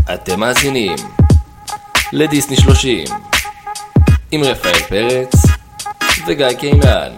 אתם מאזינים לדיסני 30 עם רפאל פרץ וגיא קינן.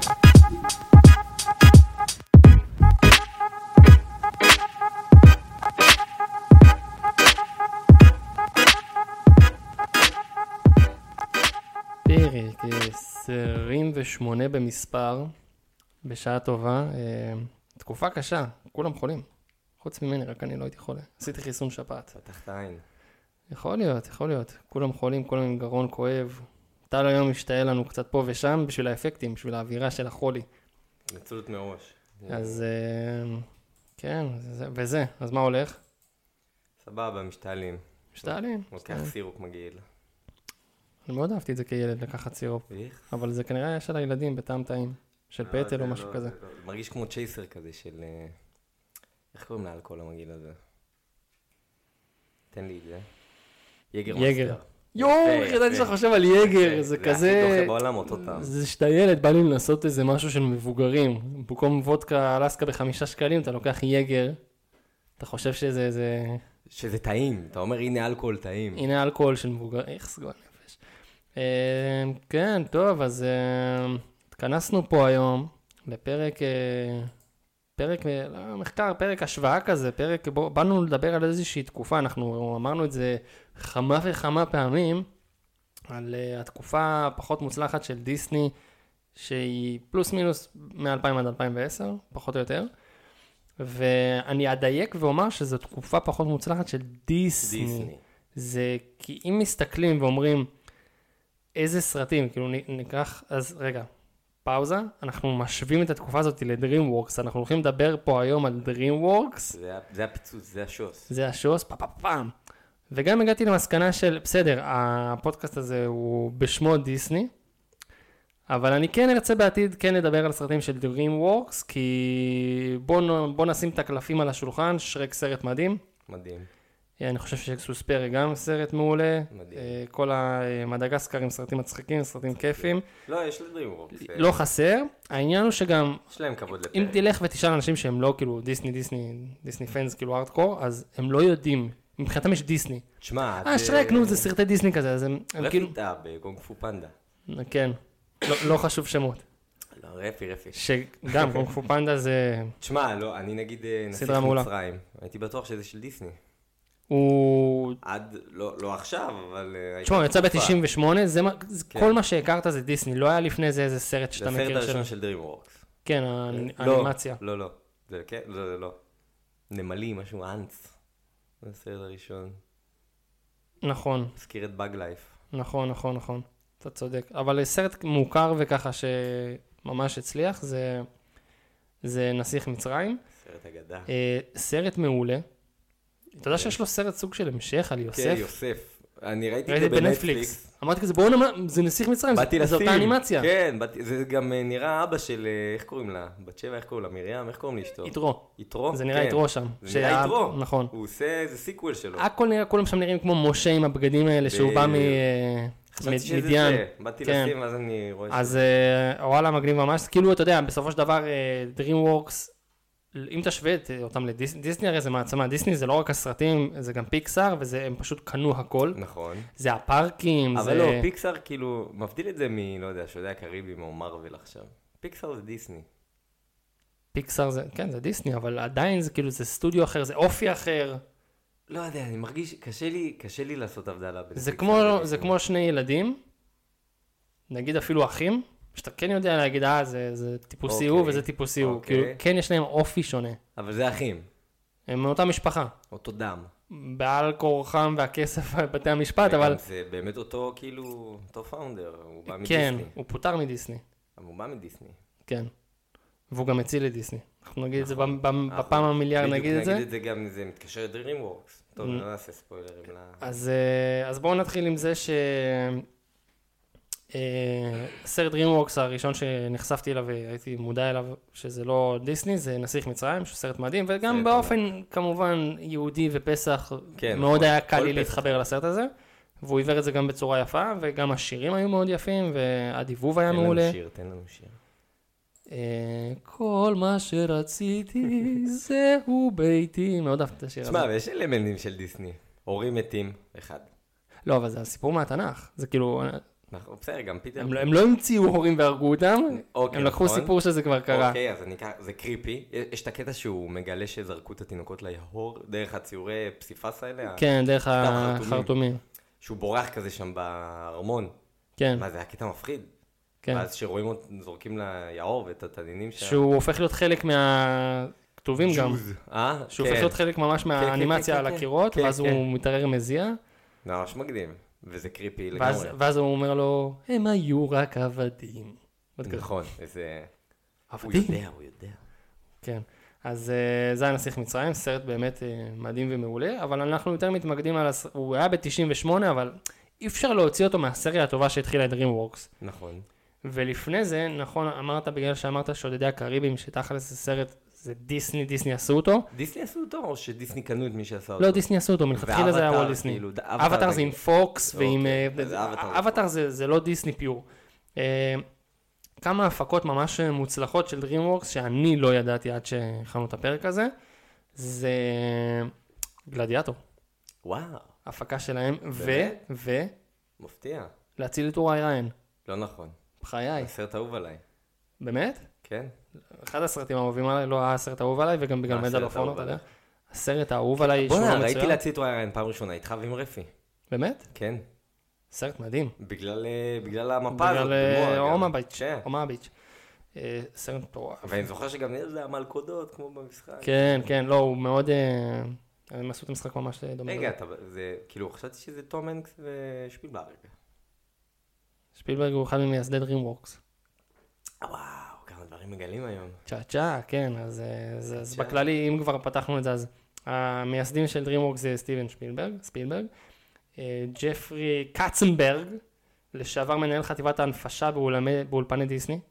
פרק 28 במספר, בשעה טובה, תקופה קשה, כולם חולים. חוץ ממני, רק אני לא הייתי חולה. עשיתי חיסון שפעת. פתחת עין. יכול להיות. כולם חולים, כולם עם גרון כואב. טל היום משתעל לנו קצת פה ושם בשביל האפקטים, בשביל האווירה של החולי. נצלות מראש. אז כן, וזה. אז מה הולך? סבבה, משתעלים. משתעלים. לוקח סירופ מגעיל. אני מאוד אהבתי את זה כילד, לקחת סירופ. אבל זה כנראה היה של הילדים בטעם טעים. של פטל או משהו כזה. מרגיש כמו צ'ייסר כזה של... איך קוראים לאלכוהול המגעיל הזה? תן לי את זה. יגר. ידעתי שאתה חושב על יגר, זה כזה... זה הכי דוחה בעולם אותו טעם. זה שאתה ילד, בא לי לנסות איזה משהו של מבוגרים. במקום וודקה אלסקה ב5 שקלים, אתה לוקח יגר, אתה חושב שזה... שזה טעים, אתה אומר הנה אלכוהול טעים. הנה אלכוהול של מבוגרים, איך סגול נפש. כן, טוב, אז התכנסנו פה היום לפרק... מחקר, פרק השוואה כזה, פרק, באנו לדבר על איזושהי תקופה, אנחנו אמרנו את זה כמה וכמה פעמים, על התקופה הפחות מוצלחת של דיסני, שהיא פלוס מינוס מ-2000 עד 2010, פחות או יותר, ואני אדייק ואומר שזו תקופה פחות מוצלחת של דיסני. זה כי אם מסתכלים ואומרים איזה סרטים, כאילו ניקח, אז רגע, פאוזה, אנחנו משווים את התקופה הזאת לדרימוורקס, אנחנו הולכים לדבר פה היום על דרימוורקס. זה הפיצוץ, זה השוס. זה השוס, פעם. וגם הגעתי למסקנה של, בסדר, הפודקאסט הזה הוא בשמו דיסני, אבל אני כן ארצה בעתיד כן לדבר על סרטים של דרימוורקס, כי בוא נשים את הקלפים על השולחן, שרק סרט מדהים. מדהים. אני חושב שסוספרי גם סרט מעולה. מדהים. כל המדגסקר עם סרטים מצחיקים, סרטים כיפים. לא, יש לדרימוורקס. לא חסר. העניין הוא שגם... יש להם כבוד לפרק. אם תלך ותשאל אנשים שהם לא כאילו דיסני פנס, כאילו ארדקור, אז הם לא יודעים. מבחינתם יש דיסני. תשמע, שרק, נו, זה סרטי דיסני כזה, אז הם כאילו... רפיתה בקונג פו פנדה. כן. לא חשוב שמות. לא, רפי. שגם קונג פו פנדה זה... תשמע, לא, אני נגיד נסיך מצרים. הייתי בטוח שזה של דיסני. הוא... עד, לא עכשיו, אבל... תשמע, הוא יצא ב-98, כל מה שהכרת זה דיסני, לא היה לפני זה איזה סרט שאתה מכיר זה הסרט הראשון של דרימוורקס. כן, האנימציה. לא. זה כן, לא. נמלי, משהו, אנץ. זה הסרט הראשון. נכון. הזכיר את באג לייף. נכון. אתה צודק. אבל סרט מוכר וככה שממש הצליח, זה נסיך מצרים. סרט אגדה. סרט מעולה. אתה יודע שיש לו סרט סוג של המשך על יוסף? כן, יוסף. אני ראיתי את זה בנטפליקס. אמרתי כזה, זה נסיך מצרים, זה אותה אנימציה. כן, זה גם נראה אבא של, איך קוראים לה? בת שבע, איך קוראים לה? מרים, איך קוראים לאשתו? יתרו. זה נראה יתרו שם. זה נראה יתרו. נכון. הוא עושה איזה סיקוול שלו. הכל נראה, כולם שם נראים כמו משה עם הבגדים האלה, שהוא בא מדיין. באתי לשים, אז אני רואה אז וואלה, מגניב ממש. כאילו, אתה יודע, בסופו של דבר, DreamWorks, אם תשווה אותם לדיסני, הרי זה מעצמה. דיסני זה לא רק הסרטים, זה גם פיקסאר, והם פשוט קנו הכל. נכון. זה הפארקים, אבל לא, פיקסאר כאילו, מבדיל את זה לא יודע, שודע קריבים או מרוול עכשיו. פיקסאר זה דיסני. פיקסאר זה, כן, זה דיסני, אבל עדיין זה כאילו, זה סטודיו אחר, זה אופי אחר. לא יודע, אני מרגיש, קשה לי לעשות הבדלה. זה כמו שני ילדים, נגיד אפילו אחים, שאתה כן יודע להגיד, זה טיפוסי הוא וזה טיפוסי הוא. כאילו, כן יש להם אופי שונה. אבל זה אחים. הם מאותה משפחה. אותו דם. בעל כורחם והכסף בבתי המשפט, אבל... זה באמת אותו, כאילו, אותו פאונדר. הוא בא מדיסני. כן, הוא פוטר מדיסני. אבל הוא בא מדיסני. כן. והוא גם הציל לדיסני. אנחנו נגיד את זה בפעם המיליארד, נגיד את זה. נגיד את זה גם, זה מתקשר לדרימוורקס. טוב, לא נעשה ספוילרים. אז בואו נתחיל עם זה סרט DreamWorks הראשון שנחשפתי אליו והייתי מודע אליו שזה לא דיסני, זה נסיך מצרים, שהוא סרט מדהים, וגם באופן כמובן יהודי ופסח, מאוד היה קל לי להתחבר לסרט הזה, והוא עיוור את זה גם בצורה יפה, וגם השירים היו מאוד יפים, והדיבוב היה מעולה. תן לנו שיר. כל מה שרציתי זהו ביתי, מאוד אהבתי את השיר הזה. תשמע, ויש אלמנטים של דיסני. הורים מתים, אחד. לא, אבל זה הסיפור מהתנ"ך. זה כאילו, נכון, בסדר, גם פיטר. הם לא המציאו הורים והרגו אותם, אוקיי, הם לקחו נכון. סיפור שזה כבר קרה. אוקיי, אז זה קריפי. יש את הקטע שהוא מגלה שזרקו את התינוקות ליהור, דרך הציורי פסיפס האלה. כן, דרך חרטומים. החרטומים. שהוא בורח כזה שם בארמון. כן, מה, זה היה קטע מפחיד. כן. ואז שרואים אותו, זורקים ליהור ואת התנינים שם. שהוא הופך להיות חלק מהכתובים גם. ג'וז. שהוא הופך להיות חלק ממש מהאנימציה על הקירות, ואז הוא מתערער מזיע. ממש מקדים. וזה קריפי לגמרי. ואז הוא אומר לו, הם היו רק עבדים. נכון, איזה... הוא עבדים? יודע. כן. אז זה הנסיך מצרים, סרט באמת מדהים ומעולה, אבל אנחנו יותר מתמקדים על... הוא היה ב-98, אבל אי אפשר להוציא אותו מהסריה הטובה שהתחילה את DreamWorks. נכון. ולפני זה, נכון, אמרת בגלל שאמרת שודדי הקריבים, שתכלס זה סרט, זה דיסני עשו אותו. דיסני עשו אותו או שדיסני קנו את מי שעשה אותו? לא, דיסני עשו אותו, מלכתחילה זה היה וולט דיסני. כאילו, אבטר זה עם פוקס ועם... אוקיי, אבטר זה לא דיסני פיור. כמה הפקות ממש מוצלחות של DreamWorks, שאני לא ידעתי עד שהכנו את הפרק הזה, זה גלדיאטור. וואו. הפקה שלהם, מפתיע. להציל את אורי ריין. לא נכון. בחיי. הסרט אהוב עליי. באמת? כן. אחד הסרטים האהובים עליי, לא הסרט האהוב עליי, וגם בגלל מדל אופון, אתה יודע. הסרט האהוב עליי, שהוא לא בוא'נה, מצוין. ראיתי להציל את אורי ריין פעם ראשונה, איתך ועם רפי. באמת? כן. סרט מדהים. בגלל המפה הזאת. בגלל במוח, אומה גם. ביץ'. כן. אומה ביץ'. סרט מטורף. ואני זוכר שגם זה המלכודות, כמו במשחק. כן, כן, לא, הוא מאוד... הם עשו את המשחק ממש דומה. רגע, זה, כאילו, חשבתי שזה תום הנקס ושפילברג. שפילברג הוא אחד ממייסדי DreamWorks. וואו, כמה דברים מגלים היום. צ'ה, כן, אז בכללי, אם כבר פתחנו את זה, אז המייסדים של DreamWorks זה סטיבן ספילברג, ג'פרי קצנברג, לשעבר מנהל חטיבת ההנפשה באולפני דיסני,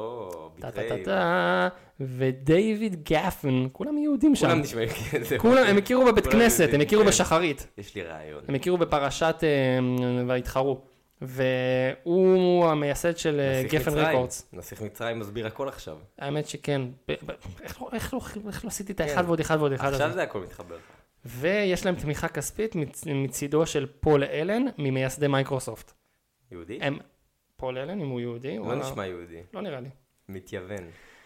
ודייוויד גאפן, כולם יהודים שם. כולם נשמעים כזה. כולם, הם הכירו בבית כנסת, הם הכירו בשחרית. יש לי רעיון. הם הכירו בפרשת והתחרו. והוא המייסד של גפן ריקורדס. נסיך מצרים מסביר הכל עכשיו. האמת שכן. איך לא עשיתי את האחד ועוד אחד ועוד אחד הזה? עכשיו זה הכל מתחבר. ויש להם תמיכה כספית מצידו של פול אלן, ממייסדי מייקרוסופט. יהודי? פול אלן, אם הוא יהודי. לא נשמע יהודי. לא נראה לי. מתייוון.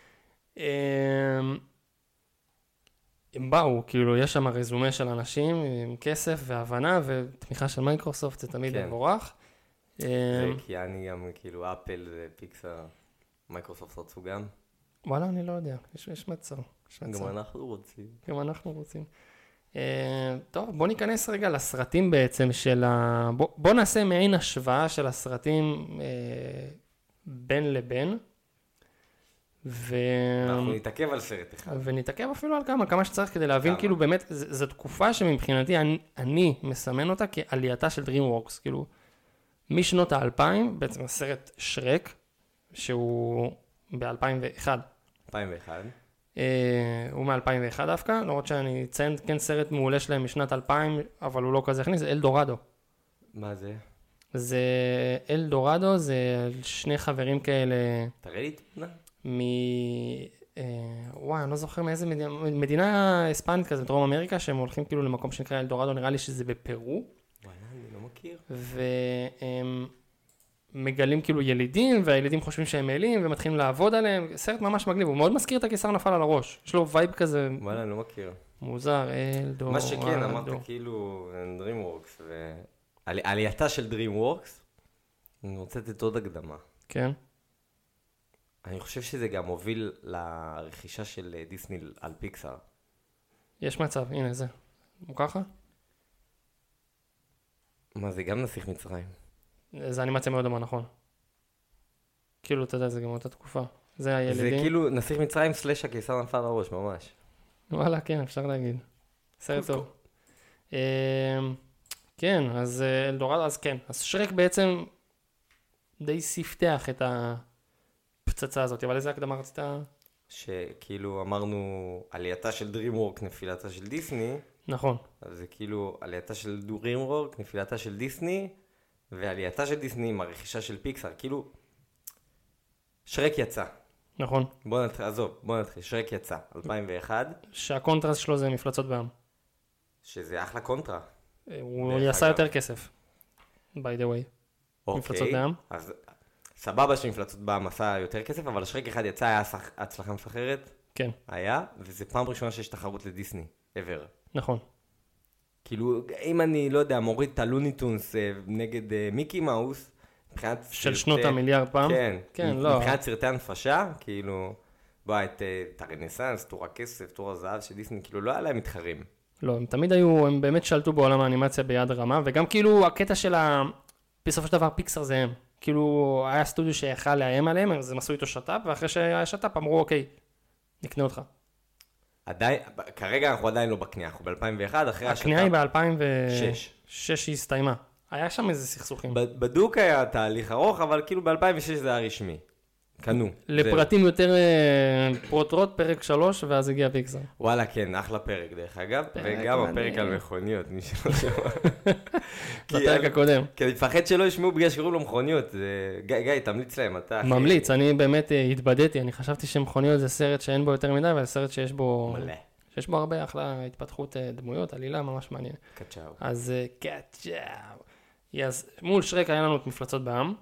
הם באו, כאילו, יש שם רזומה של אנשים עם כסף והבנה, ותמיכה של מייקרוסופט זה תמיד מבורך. זה כי אני גם, כאילו, אפל ופיקסר, מייקרוסופט רצו גם. וואלה, אני לא יודע, יש מצב. גם אנחנו רוצים. גם אנחנו רוצים. טוב, בוא ניכנס רגע לסרטים בעצם של בוא נעשה מעין השוואה של הסרטים בין לבין. אנחנו נתעכב על סרט אחד. ונתעכב אפילו על כמה שצריך כדי להבין, כאילו באמת, זו תקופה שמבחינתי אני מסמן אותה כעלייתה של DreamWorks, כאילו, משנות ה-2000, בעצם הסרט שרק, שהוא ב-2001. 2001. הוא מ-2001 דווקא, למרות שאני אציין כן סרט מעולה שלהם משנת 2000, אבל הוא לא כזה הכניס, זה אלדורדו. מה זה? זה אלדורדו, זה שני חברים כאלה... תראה לי תמונה. וואי, אני לא זוכר מאיזה מדינה אספנית כזה, דרום אמריקה, שהם הולכים כאילו למקום שנקרא אלדורדו, נראה לי שזה בפרו. וואלה, אני לא מכיר. והם מגלים כאילו ילידים, והילדים חושבים שהם אלים, ומתחילים לעבוד עליהם. סרט ממש מגניב, הוא מאוד מזכיר את הקיסר נפל על הראש. יש לו וייב כזה... וואלה, אני לא מכיר. מוזר, אלדורדו. מה שכן, אמרת כאילו DreamWorks, ועלייתה של DreamWorks, אני רוצה לתת עוד הקדמה. כן. אני חושב שזה גם מוביל לרכישה של דיסני על פיקסאר. יש מצב, הנה זה. הוא ככה? מה, זה גם נסיך מצרים? זה אנימציה מאוד דומה, נכון. כאילו, אתה יודע, זה גם אותה תקופה. זה הילדים. זה כאילו נסיך מצרים סלש הקיסר נפל על הראש, ממש. וואלה, כן, אפשר להגיד. סרט טוב. כן, אז אלדורדו, אז כן. אז שרק בעצם די ספתח את הפצצה הזאת, אבל איזה הקדמה רצית? שכאילו אמרנו עלייתה של DreamWorks, נפילתה של דיסני. נכון. אז זה כאילו עלייתה של DreamWorks, נפילתה של דיסני, ועלייתה של דיסני עם הרכישה של פיקסאר. כאילו, שרק יצא. נכון. בוא נתחיל, שרק יצא, 2001. שהקונטרסט שלו זה מפלצות בעם. שזה אחלה קונטרה. הוא יעשה יותר כסף, by the way. מפלצות בעם. אז סבבה שמפלצות בעם עשה יותר כסף, אבל שרק אחד יצא, היה הצלחה מסחררת. כן. היה, וזה פעם ראשונה שיש תחרות לדיסני, ever. נכון. כאילו, אם אני, לא יודע, מוריד את הלוניטונס נגד מיקי מאוס, מבחינת של שנות המיליארד פעם? כן, לא. מבחינת סרטי הנפשה, כאילו, בוא, את הרנסנס, תור הכסף, תור הזהב של דיסני, כאילו, לא היה להם מתחרים. לא, הם תמיד היו, הם באמת שלטו בעולם האנימציה ביד רמה, וגם כאילו הקטע של בסופו של דבר פיקסר זה הם. כאילו, היה סטודיו שיכל לאיים עליהם, אז הם עשו איתו שטאפ, ואחרי שהיה שטאפ אמרו, אוקיי, נקנה אותך. עדיין, כרגע אנחנו עדיין לא בקנייה, אנחנו ב-2001, אחרי השטאפ. הקנייה היא ב-2006 היא הסתיימה. היה שם איזה סכסוכים. בדוק היה תהליך ארוך, אבל כאילו ב-2006 זה היה רשמי. קנו. לפרטים יותר פרוטרוט, פרק 3, ואז הגיע פיקסר. וואלה, כן, אחלה פרק דרך אגב, וגם הפרק על מכוניות, מי שלא שמע. בפרק הקודם. כי אני מפחד שלא ישמעו בגלל שקוראים לו מכוניות. גיא, תמליץ להם, אתה אחי. ממליץ, אני באמת התבדיתי, אני חשבתי שמכוניות זה סרט שאין בו יותר מדי, אבל סרט שיש בו... מלא. שיש בו הרבה אחלה התפתחות דמויות, עלילה ממש מעניין. קצ'או. אז קצ'או. אז מול שרק היה לנו את מפלצות בעם.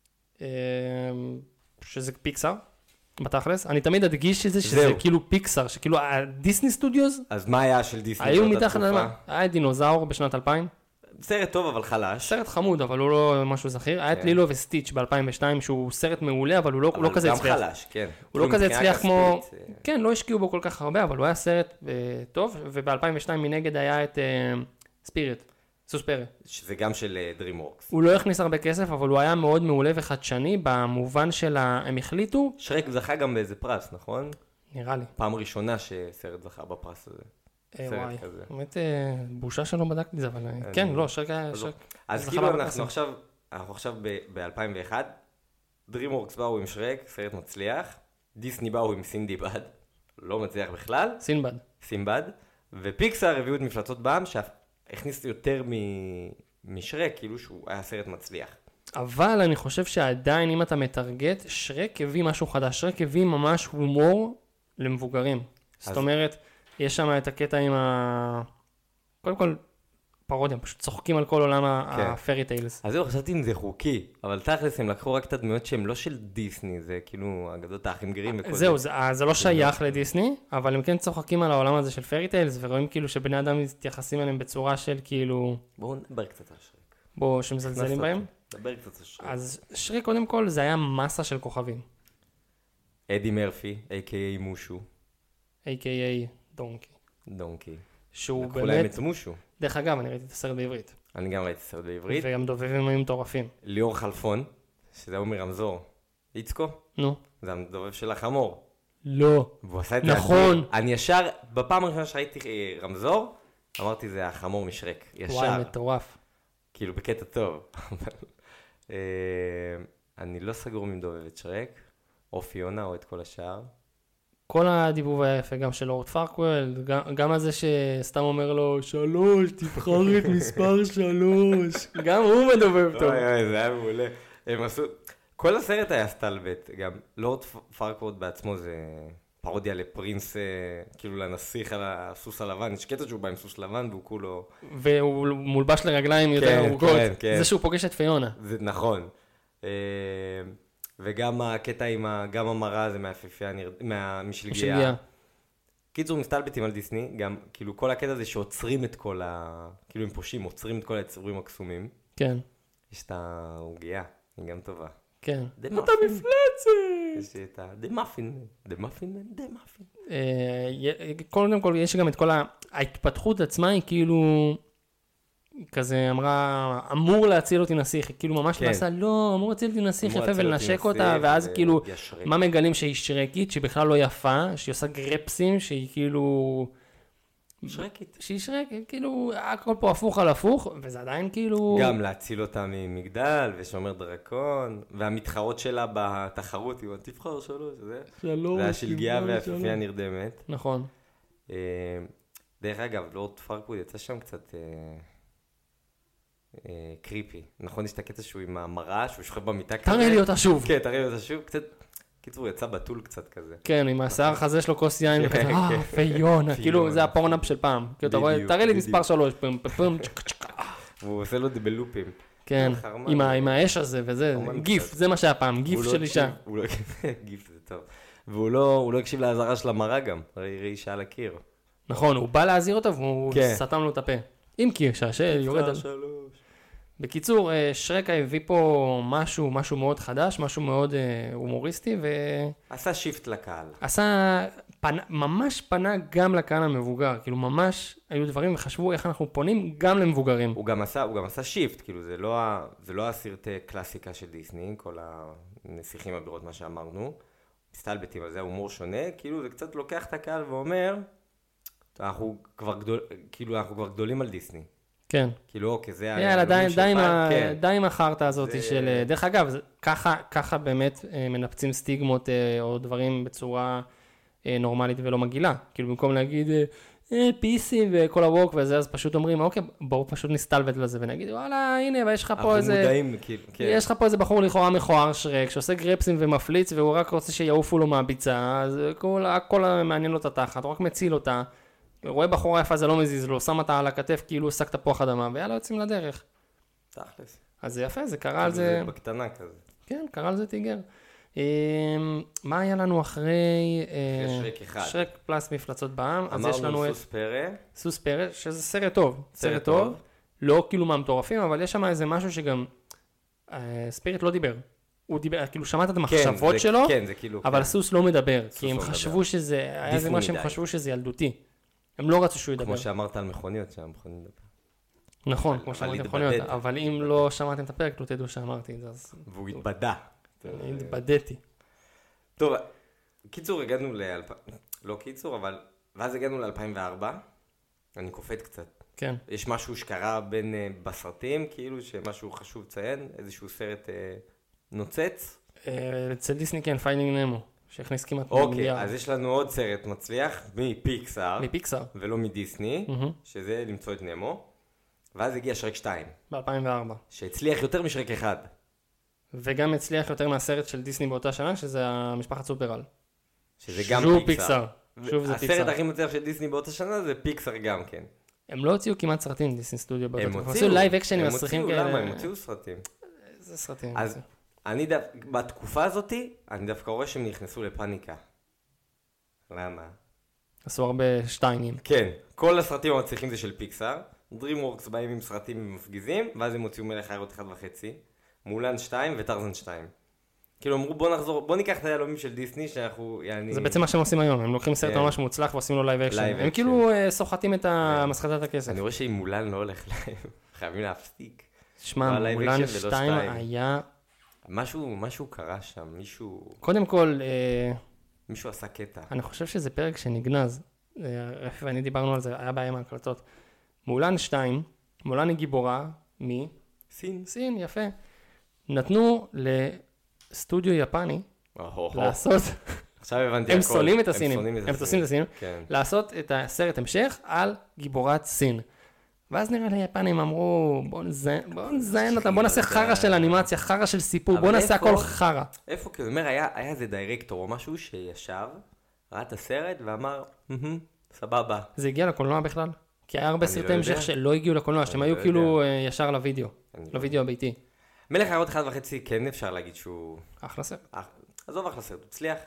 שזה פיקסר, בתכלס. אני תמיד אדגיש את זה, שזה כאילו פיקסר, שכאילו הדיסני סטודיוס... אז מה היה של דיסני? היו מתחת למה? היה דינוזאור בשנת 2000. סרט טוב אבל חלש. סרט חמוד, אבל הוא לא משהו זכיר. היה את לילו וסטיץ' ב-2002, שהוא סרט מעולה, אבל הוא לא כזה הצליח. אבל גם חלש, כן. הוא לא כזה הצליח כמו... כן, לא השקיעו בו כל כך הרבה, אבל הוא היה סרט טוב, וב-2002 מנגד היה את ספיריט. סוס פרא. שזה גם של DreamWorks. הוא לא הכניס הרבה כסף, אבל הוא היה מאוד מעולה וחדשני, במובן הם החליטו... שרק זכה גם באיזה פרס, נכון? נראה לי. פעם ראשונה שסרט זכה בפרס הזה. וואי, באמת בושה שלא בדקתי את זה, אבל כן, לא, שרק היה... אז כאילו אנחנו עכשיו ב-2001, DreamWorks באו עם שרק, סרט מצליח, דיסני באו עם סינדיבד, לא מצליח בכלל. סינבד. ופיקסר הביאו את מפלצות בעם, הכניס יותר משרק, כאילו שהוא היה סרט מצליח. אבל אני חושב שעדיין אם אתה מטרגט, שרק הביא משהו חדש, שרק הביא ממש הומור למבוגרים. זאת אומרת, יש שם את הקטע עם קודם כל, פרודיה, פשוט צוחקים על כל עולם הפרי טיילס. אז זהו, חשבתי אם זה חוקי, אבל תכלס הם לקחו רק את הדמויות שהן לא של דיסני, זה כאילו אגדות האחים גרים וכל זה. זהו, זה לא שייך לדיסני, אבל הם כן צוחקים על העולם הזה של פרי טיילס, ורואים כאילו שבני אדם מתייחסים אליהם בצורה של כאילו... בואו נדבר קצת על שרק. בואו, שמזלזלים בהם. נדבר קצת על שרק. אז שרק קודם כל זה היה מסה של כוכבים. אדי מרפי, a.k.a. מושו. a.k.a. דונקי. שהוא לקחו להם את מושו. דרך אגב, אני ראיתי את הסרט בעברית. אני גם ראיתי את הסרט בעברית. וגם דובבים היו מטורפים. ליאור חלפון, שזה הוא מרמזור. איצקו? נו. זה המדובב של החמור. לא. והוא עשה את זה. נכון. אני ישר, בפעם הראשונה שראיתי רמזור, אמרתי זה החמור משרק. ישר. וואי, מטורף. כאילו בקטע טוב. אני לא סגור מדובב את שרק, או פיונה או את כל השאר. כל הדיבוב היה יפה, גם של לורד פארקוול, גם על זה שסתם אומר לו, 3, תבחר את מספר 3. גם הוא מדובב טוב. אוי, זה היה מעולה. הם עשו, כל הסרט היה סטלבט, גם לורד פארקוול בעצמו זה פרודיה לפרינס, כאילו לנסיך על הסוס הלבן, יש קטע שהוא בא עם סוס לבן והוא כולו... והוא מולבש לרגליים יותר ארוכות, זה שהוא פוגש את פיונה. זה נכון. וגם הקטע עם גם המראה זה משלגיה. קיצור מסתלבטים על דיסני, גם כאילו כל הקטע הזה שעוצרים את כל כאילו הם פושעים, עוצרים את כל היצורים הקסומים. כן. יש את העוגיה, היא גם טובה. כן. אתה מפלצת! יש את The Muffin. קודם כל יש גם את כל ההתפתחות עצמה היא כאילו... כזה אמרה, אמור להציל אותי נסיך, כאילו ממש נעשה, לא, אמור להציל אותי נסיך יפה ולנשק אותה, ואז כאילו, מה מגלים שהיא שרקית, שהיא בכלל לא יפה, שהיא עושה גרפסים, שהיא כאילו... שרקית. שהיא שרקית, כאילו, הכל פה הפוך על הפוך, וזה עדיין כאילו... גם להציל אותה ממגדל, ושומר דרקון, והמתחרות שלה בתחרות, היא תבחר 3, זה? 3. זה השלגיה והפיפייה נרדמת. נכון. דרך אגב, לורד פארקוול יצא שם קצת... קריפי. נכון, יש את הקטע שהוא עם המראה, שהוא שוכב במיטה כזה. תראה לי אותה שוב. כן, תראה לי אותה שוב. קצת, קיצור, יצא בטול קצת כזה. כן, עם השיער חזה שלו כוס יין, וכזה, פיונה, כאילו זה הפורנאפ של פעם. כאילו, אתה רואה, תראה לי מספר 3, והוא עושה לו את זה בלופים. כן, עם האש הזה וזה, גיף, זה מה שהיה פעם, גיף של אישה. גיף זה טוב. והוא לא הקשיב להזרה של המראה גם, ראי אישה על הקיר. נכון, הוא בא להזהיר אותו והוא סתם לו את הפה. אם כי שהשל יורד על... בקיצור, שרק הביא פה משהו מאוד חדש, משהו מאוד הומוריסטי, עשה שיפט לקהל. ממש פנה גם לקהל המבוגר, כאילו ממש היו דברים וחשבו איך אנחנו פונים גם למבוגרים. הוא גם עשה שיפט, כאילו זה לא הסרט קלאסיקה של דיסני, כל הנסיכים הבירות מה שאמרנו, מסתלבטים על זה, הומור שונה, כאילו זה קצת לוקח את הקהל ואומר, אנחנו כבר גדולים על דיסני. כן. כאילו, אוקיי, זה היה... יאללה, די עם החרטה הזאת של... דרך אגב, ככה באמת מנפצים סטיגמות או דברים בצורה נורמלית ולא מגעילה. כאילו, במקום להגיד פיסים וכל הווק וזה, אז פשוט אומרים, אוקיי, בואו פשוט נסתלבט לזה ונגיד, וואלה, הנה, ויש לך פה איזה... אנחנו מודעים, כאילו. יש לך פה איזה בחור לכאורה מכוער שרק, שעושה גרפסים ומפליץ, והוא רק רוצה שיעופו לו מהביצה, אז הכל מעניין לו את התחת, הוא רק מציל אותה. רואה בחורה יפה, זה לא מזיז לו, שם אותה על הכתף כאילו עסק תפוח אדמה, ויאללה יוצאים לדרך. תכלס. אז זה יפה, זה קרה על זה... זה בקטנה כזה. כן, קרה על זה טיגר. מה היה לנו אחרי... שרק אחד. שרק פלס מפלצות בעם. אז יש לנו אמרנו סוס פרא. סוס פרא, שזה סרט טוב. סרט טוב. לא כאילו מהמטורפים, אבל יש שם איזה משהו שגם... ספיריט לא דיבר. הוא דיבר, כאילו שמעת את המחשבות שלו, אבל סוס לא מדבר, כי הם חשבו שזה... היה איזה מה שהם חשבו שזה ילדותי. הם לא רצו שהוא ידבר. כמו שאמרת על מכוניות, שהמכוניות מדבר. נכון, כמו שאמרתי על מכוניות, אבל אם לא שמעתם את הפרק, לא תדעו שאמרתי את זה. והוא התבדה. אני התבדיתי. טוב, קיצור, הגענו לא קיצור, אבל... ואז הגענו ל-2004, אני קופט קצת. כן. יש משהו שקרה בין בסרטים, כאילו שמשהו חשוב לציין, איזשהו סרט נוצץ. אצל דיסני כן, פיינדינג נמו. שהכניס כמעט אוקיי, אז יש לנו עוד סרט מצליח מפיקסאר. מפיקסאר. ולא מדיסני, שזה למצוא את נמו. ואז הגיע שרק 2. ב-2004. שהצליח יותר משרק 1. וגם הצליח יותר מהסרט של דיסני באותה שנה, שזה המשפחת סופרל. שזה גם פיקסאר. שוב זה פיקסאר. הסרט הכי מצליח של דיסני באותה שנה זה פיקסאר גם כן. הם לא הוציאו כמעט סרטים דיסני סטודיו באותה שנה. הם הוציאו לייב אקשן עם הסרטים כאלה. למה? הם הוציאו סרטים. איזה סרטים? אז בתקופה הזאת, אני דווקא רואה שהם נכנסו לפאניקה. למה? עשו הרבה שטיינים. כן, כל הסרטים המצליחים זה של פיקסאר. DreamWorks באים עם סרטים מפגיזים, ואז הם הוציאו מלך האריות 1.5, מולן 2 וטרזן 2. כאילו אמרו בוא ניקח את היהלומים של דיסני שאנחנו... זה בעצם מה שהם עושים היום, הם לוקחים סרט ממש מוצלח ועושים לו לייב אקשן. הם כאילו סוחטים את מסחטת הכסף. אני רואה שאם מולן לא הולך להם, חייבים להפסיק. שמע, מולן 2 היה... משהו קרה שם, מישהו... קודם כל... מישהו עשה קטע. אני חושב שזה פרק שנגנז. ואני דיברנו על זה, היה בעיה מהקלטות. מולן 2, מולן היא גיבורה מי? סין, יפה. נתנו לסטודיו יפני לעשות... עכשיו הבנתי הם שונאים את הסינים. הם שונאים את הסינים. לעשות את הסרט המשך על גיבורת סין. ואז נראה לי היפנים אמרו, בוא נזיין אותם, בוא נעשה חרה של אנימציה, חרה של סיפור, בוא נעשה הכל חרה. איפה? כי הוא אומר, היה איזה דירקטור או משהו שישב, ראה את הסרט ואמר, סבבה. זה הגיע לקולנוע בכלל? כי היה הרבה סרטי המשך שלא הגיעו לקולנוע, שהם היו כאילו ישר לוידאו, לוידאו הביתי. מלך האריות 1.5 כן אפשר להגיד שהוא... אחלה סרט. עזוב אחלה סרט, הוא הצליח.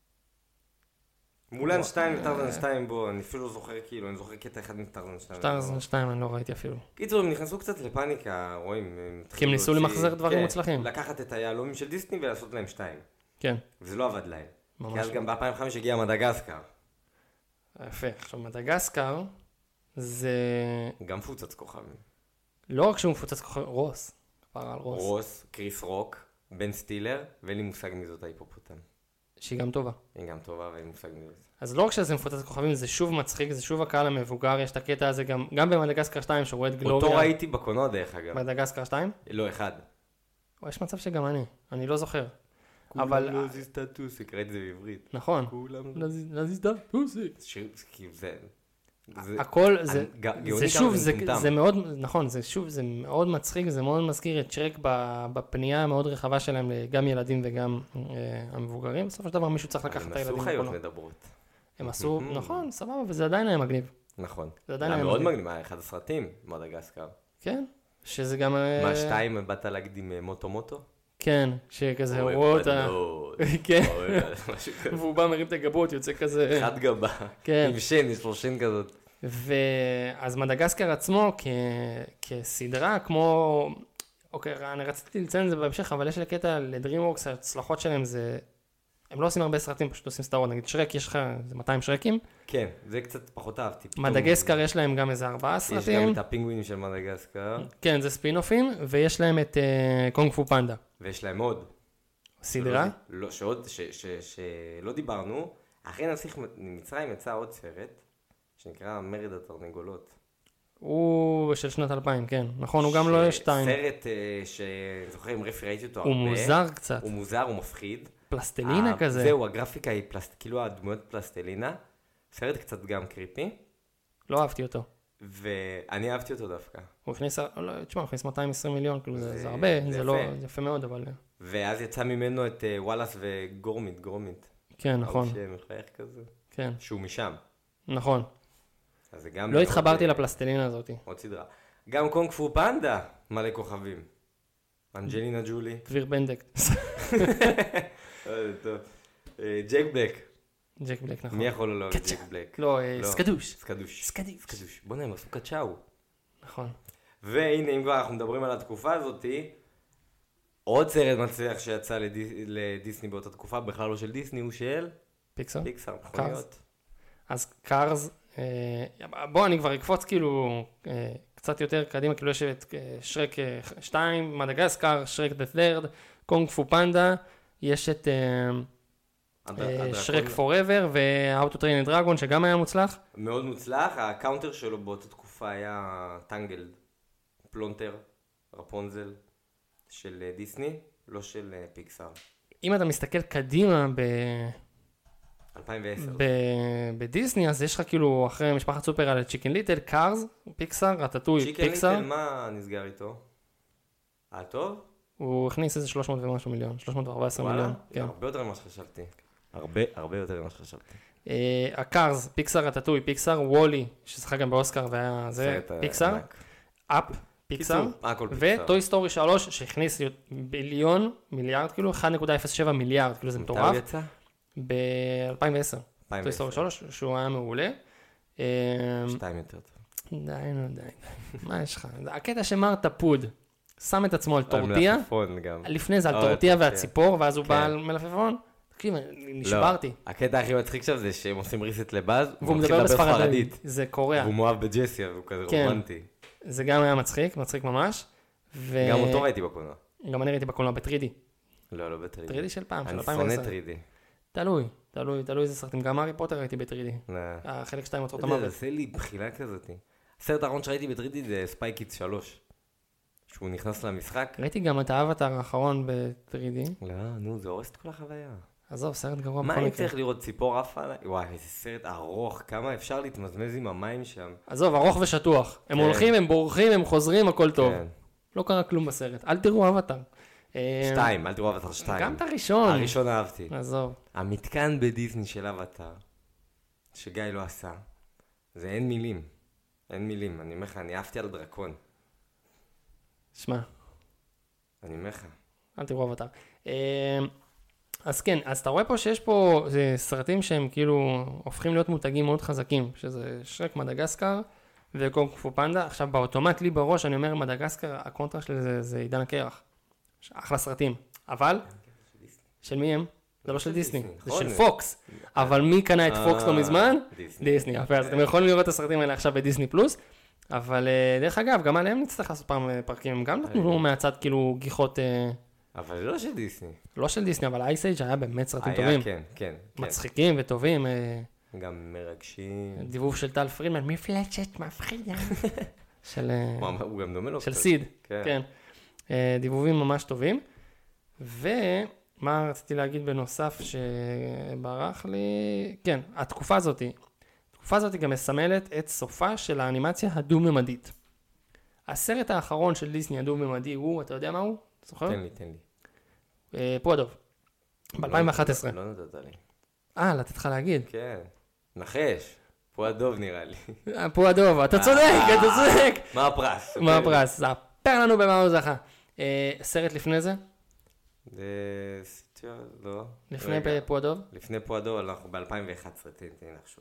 מולן 2 וטרזן 2, בוא, אני אפילו לא זוכר כאילו, אני זוכר קטע אחד מטרזן 2. טרזן 2 אני לא ראיתי אפילו. קיצור, הם נכנסו קצת לפאניקה, רואים. כי הם ניסו למחזר דברים מוצלחים. לקחת את היהלומים של דיסני ולעשות להם 2. כן. וזה לא עבד להם. כי אז גם ב-2005 הגיע מדגסקר. יפה, עכשיו מדגסקר זה... גם מפוצץ כוכבים. לא רק שהוא מפוצץ כוכבים, רוס. רוס, קריס רוק, בן סטילר, ואין לי מושג מי זאת ההיפופוטם. שהיא גם טובה. היא גם טובה ואין מושג מי זאת. אז לא רק שזה מפוצץ כוכבים, זה שוב מצחיק, זה שוב הקהל המבוגר, יש את הקטע הזה גם במדגסקר 2 שרואה את גלוריה. אותו ראיתי בקולנוע דרך אגב. מדגסקר 2? לא, אחד. יש מצב שגם אני לא זוכר. כולם לא זיז את הטוסיק, ראיתי זה בעברית. נכון. כולם לא זיז את הטוסיק. הכל, זה שוב, זה מאוד, נכון, זה שוב, זה מאוד מצחיק, זה מאוד מזכיר את שרק בפנייה המאוד רחבה שלהם, גם ילדים וגם המבוגרים. בסופו של דבר מישהו צריך לקחת את הילדים. הם עשו חיות מדברות. הם עשו, נכון, סבבה, וזה עדיין היה מגניב. נכון. זה היה מאוד מגניב, היה אחד הסרטים, מדגסקר. כן. שזה גם... מה, 2 באת להגיד עם מוטו? כן, שכזה רואה אותה... כן. והוא בא מרים את הגבות, יוצא כזה... חד גבה. כן. עם שן, יש לו שן כזאת. ואז מדגסקר עצמו כסדרה, כמו... אוקיי, אני רציתי לציין את זה בהמשך, אבל יש לי קטע לדרימוורקס, ההצלחות שלהם זה... הם לא עושים הרבה סרטים, פשוט עושים סדרות. נגיד שרק, יש לך 200 שרקים. כן, זה קצת פחות אהבתי. מדגסקר יש להם גם איזה 4 סרטים. יש גם את הפינגווינים של מדגסקר. כן, זה ספינופים, ויש להם את קונג פו פנדה. ויש להם עוד. סדרה? לא, שלא דיברנו. אחרי נסיך ממצרים יצא עוד סרט, שנקרא מרד התרנגולות. הוא של שנת 2000, כן. נכון, הוא גם לא יש 2. סרט שזוכר עם רפי ראיתי אותו הרבה. הוא מוזר קצת. הוא מוזר, הוא מפחיד. פלסטלינה כזה. זהו, הגרפיקה היא כאילו הדמויות פלסטלינה. סרט קצת גם קריפי. לא אהבתי אותו. ואני אהבתי אותו דווקא. הוא הכניס, לא, תשמע, הוא הכניס 220 מיליון, כאילו זה הרבה, זה לא, זה יפה מאוד, אבל... ואז יצא ממנו את וואלאס וגורמית. כן, נכון. שמחייך כזה. כן. שהוא משם. נכון. אז זה גם... לא התחברתי לפלסטלינה הזאת. עוד סדרה. גם קונג פו פנדה, מלא כוכבים. אנג'לינה ג'ולי. דביר בנדק. ג'ק בלק. ג'ק בלק, נכון. מי יכול לא ג'ק בלק? לא, סקדוש. סקדוש. בוא נעים, עשו קצ'או. נכון. והנה, אם כבר אנחנו מדברים על התקופה הזאת, עוד סרט מצליח שיצא לדיסני באותה תקופה, בכלל לא של דיסני, הוא של... פיקסר. מכוניות. אז קארס, בוא, אני כבר אקפוץ כאילו קצת יותר קדימה, כאילו יש את שרק 2, מדגסקר, שרק דה ת'רד, קונג פו פנדה, יש את שרק פוראבר ו-How to Train a Dragon, שגם היה מוצלח. מאוד מוצלח, הקאונטר שלו באותה תקופה היה טנגלד, פלונטר, רפונזל, של דיסני, לא של פיקסר. אם אתה מסתכל קדימה 2010. בדיסני, אז יש לך כאילו אחרי משפחת סופר על צ'יקן ליטל, קארס, פיקסר, רטטוי, פיקסר. צ'יקן ליטל, מה נסגר איתו? טוב? הוא הכניס איזה 300 ומשהו מיליון, 314 מיליון. כן. הרבה יותר ממה שחשבתי. הרבה יותר ממה שחשבתי. הקארס, פיקסר, רטטוי, פיקסר, וולי, ששחק גם באוסקר והיה זה, פיקסר, אפ, פיקסר, וטוי סטורי 3, שהכניס ביליון, מיליארד, כאילו 1.07 מיליארד, כאילו זה מטורף. מתי יצא? ב-2010. טוי סטורי 3, שהוא היה מעולה. 2 יותר טוב. די. מה יש לך? הקטע שמר טפוד, שם את עצמו על טורטיה. לפני זה על טורטיה והציפור, ואז הוא בא על מלפפון. תקשיב, נשברתי. הקטע הכי מצחיק שם זה שהם עושים ריסט לבאז, והוא מדבר בספרדית. זה קוריאה. והוא מאוהב בג'סי, והוא כזה רומנטי. זה גם היה מצחיק ממש. גם אותו ראיתי בקולנוע. גם אני ראיתי בקולנוע בטרידי. לא בטרידי. טרידי של פעם, של 2010. אני שונא טרידי. תלוי איזה סרטים. גם הארי פוטר ראיתי בטרידי. החלק 2 אוצרות המוות. זה עושה לי בחילה כזאת. הסרט האחרון שראיתי בטרידי זה ספיי קידס 3. שהוא נכנס למשחק. ראיתי גם את האבטר האחרון בטרידי. לא, נו, זה הורס את כל החוויה. עזוב, סרט גרוע. מה אני צריך לראות ציפור עפה עליי? וואי, איזה סרט ארוך, כמה אפשר להתמזמז עם המים שם. עזוב, ארוך ושטוח. הם הולכים, הם בורחים, הם חוזרים, הכל טוב. לא קרה כלום בסרט. אל תראו אבטר. 2, אל תראו אבטר 2. גם את הראשון. הראשון אהבתי. עזוב. המתקן בדיסני של אבטר, שגיא לא עשה, זה אין מילים. אני אומר לך, אני אהבתי על דרקון. שמע. אני אומר לך. אל תראו אבטר. אז כן, אז אתה רואה פה שיש פה סרטים שהם כאילו הופכים להיות מותגים מאוד חזקים, שזה שרק, מדגסקר וקונג פו פנדה. עכשיו באוטומט לי בראש אני אומר מדגסקר, הקונטרה שלי זה עידן הקרח. אחלה סרטים. אבל, של מי הם? זה לא של דיסני, זה של פוקס. אבל מי קנה את פוקס לא מזמן? דיסני. יפה, אז אתם יכולים לראות את הסרטים האלה עכשיו בדיסני פלוס. אבל דרך אגב, גם עליהם נצטרך לעשות פעם פרקים, הם גם נתנו מהצד כאילו גיחות... אבל זה לא של דיסני. לא של דיסני, אבל אייסייג' היה באמת סרטים טובים. כן. מצחיקים וטובים. גם מרגשים. דיבוב של טל פרידמן, מפלצת, מפחידה. הוא גם דומה לו. של סיד, כן. דיבובים ממש טובים. ומה רציתי להגיד בנוסף שברח לי? כן, התקופה הזאת גם מסמלת את סופה של האנימציה הדו-ממדית. הסרט האחרון של דיסני הדו-ממדי הוא, אתה יודע מה הוא? זוכר? תן לי. פועדוב. ב-2011. לא נתת לי. לתת לך להגיד. כן. נחש. פועדוב נראה לי. פועדוב, אתה צודק. מה הפרס? מה הפרס? זה ספר לנו במה הוא זכה. סרט לפני זה? לא. לפני פועדוב? לפני פועדוב, אנחנו ב-2011, תן לחשוב.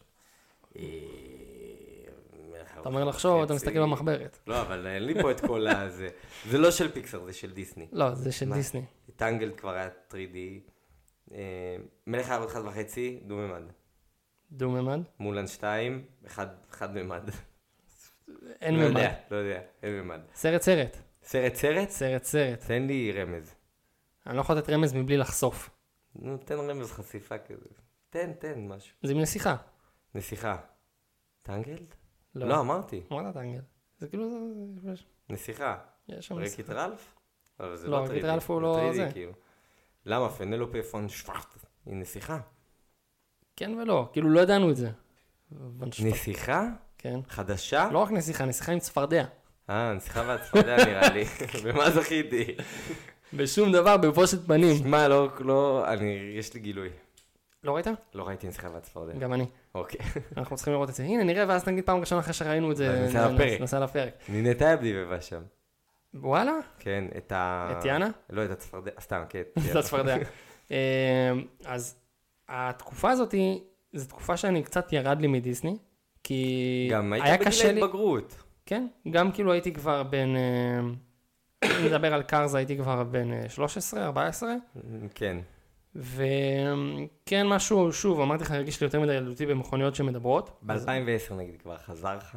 אתה אומר לחשוב, אתה מסתכל במחברת. לא, אבל אין לי פה את כל הזה. זה לא של פיקסר, זה של דיסני. לא, זה של דיסני. טנגלד כבר היה 3D. מלך האריות 1.5, דו-ממד. דו-ממד? מולן 2, חד-ממד. אין ממד. לא יודע, אין ממד. סרט? סרט? תן לי רמז. אני לא יכול לתת רמז מבלי לחשוף. נו, תן רמז חשיפה כזה. תן משהו. זה מנסיכה. נסיכה. טנגלד? לא. לא, אמרתי. אמרת טנגלד. זה כאילו... נסיכה. יש שם ריקיט רלף? לא, ריקיט רלף הוא לא זה. למה? פנלופה פון שוורט. היא נסיכה. כן ולא, כאילו לא ידענו את זה. נסיכה? כן. חדשה? לא רק נסיכה, נסיכה עם צפרדע. נסיכה והצפרדע נראה לי. במה זכיתי? בשום דבר, בבושת פנים. שמע, לא, יש לי גילוי. לא ראית? לא ראיתי נסיכה והצפרדע. גם אני. אוקיי. אנחנו צריכים לראות את זה. הנה, נראה, ואז נגיד פעם ראשונה אחרי שראינו את זה. נעשה לפרק. נינתה הבדיבבה שם. וואלה? כן, את יאנה? לא, את הצפרדע, סתם, כן. את הצפרדע. אז התקופה הזאת, זו תקופה שאני קצת ירד לי מדיסני, כי גם היית בגיל ההתבגרות. כן, גם כאילו הייתי כבר בין, אם נדבר על קארז, הייתי כבר בין 13, 14. כן. וכן משהו, שוב, אמרתי לך, הרגיש לי יותר מדי ילדותי במכוניות שמדברות. ב-2010 נגיד כבר חזר לך?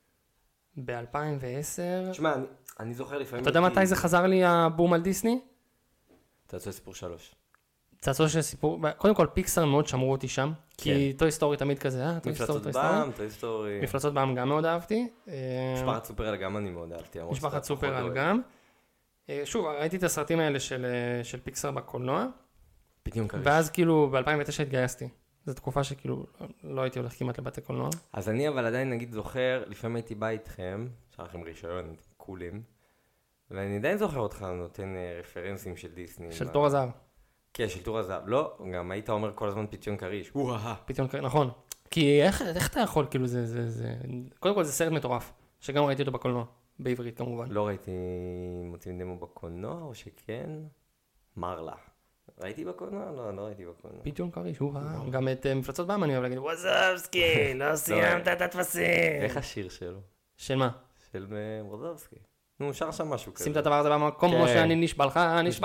ב-2010... תשמע, אני זוכר לפעמים... אתה יודע מתי זה חזר לי הבום על דיסני? צעצוע סיפור 3. צעצוע של סיפור... קודם כל פיקסר מאוד שמרו אותי שם, כי טוי סטורי תמיד כזה, מפלצות בעם, טוי סטורי. מפלצות בעם גם מאוד אהבתי. משפחת סופר על גם אני מאוד אהבתי. משפחת סופר על גם. שוב, ראיתי את הסרטים האלה של פיקסר בקולנוע. פתאום קריש. ואז כאילו ב-2009 התגייסתי. זו תקופה שכאילו לא הייתי הולך כמעט לבתי קולנוע. אז אני אבל עדיין נגיד זוכר, לפעמים הייתי בא איתכם, שהיה לכם רישיון, קולים, ואני עדיין זוכר אותך נותן רפרנסים של דיסני. של תור הזהב. כן, של תור הזהב. לא, גם היית אומר כל הזמן פיתיון קריש. פיתיון קריש, נכון. כי איך אתה יכול, כאילו זה... קודם כל זה סרט מטורף, שגם ראיתי אותו בקולנוע, בעברית כמובן. לא ראיתי מוצאים דמו בקולנוע, או שכן? מרלה. ראיתי בקולנוע? לא ראיתי בקולנוע. פיתיון קריש, גם את מפלצות בעם אני אוהב להגיד, ווזובסקי, לא סיימת את התפסים. איך השיר שלו? של מה? של ווזובסקי. נו, שר שם משהו כזה. שים את הדבר הזה במקום, כמו שאני נשבע לך.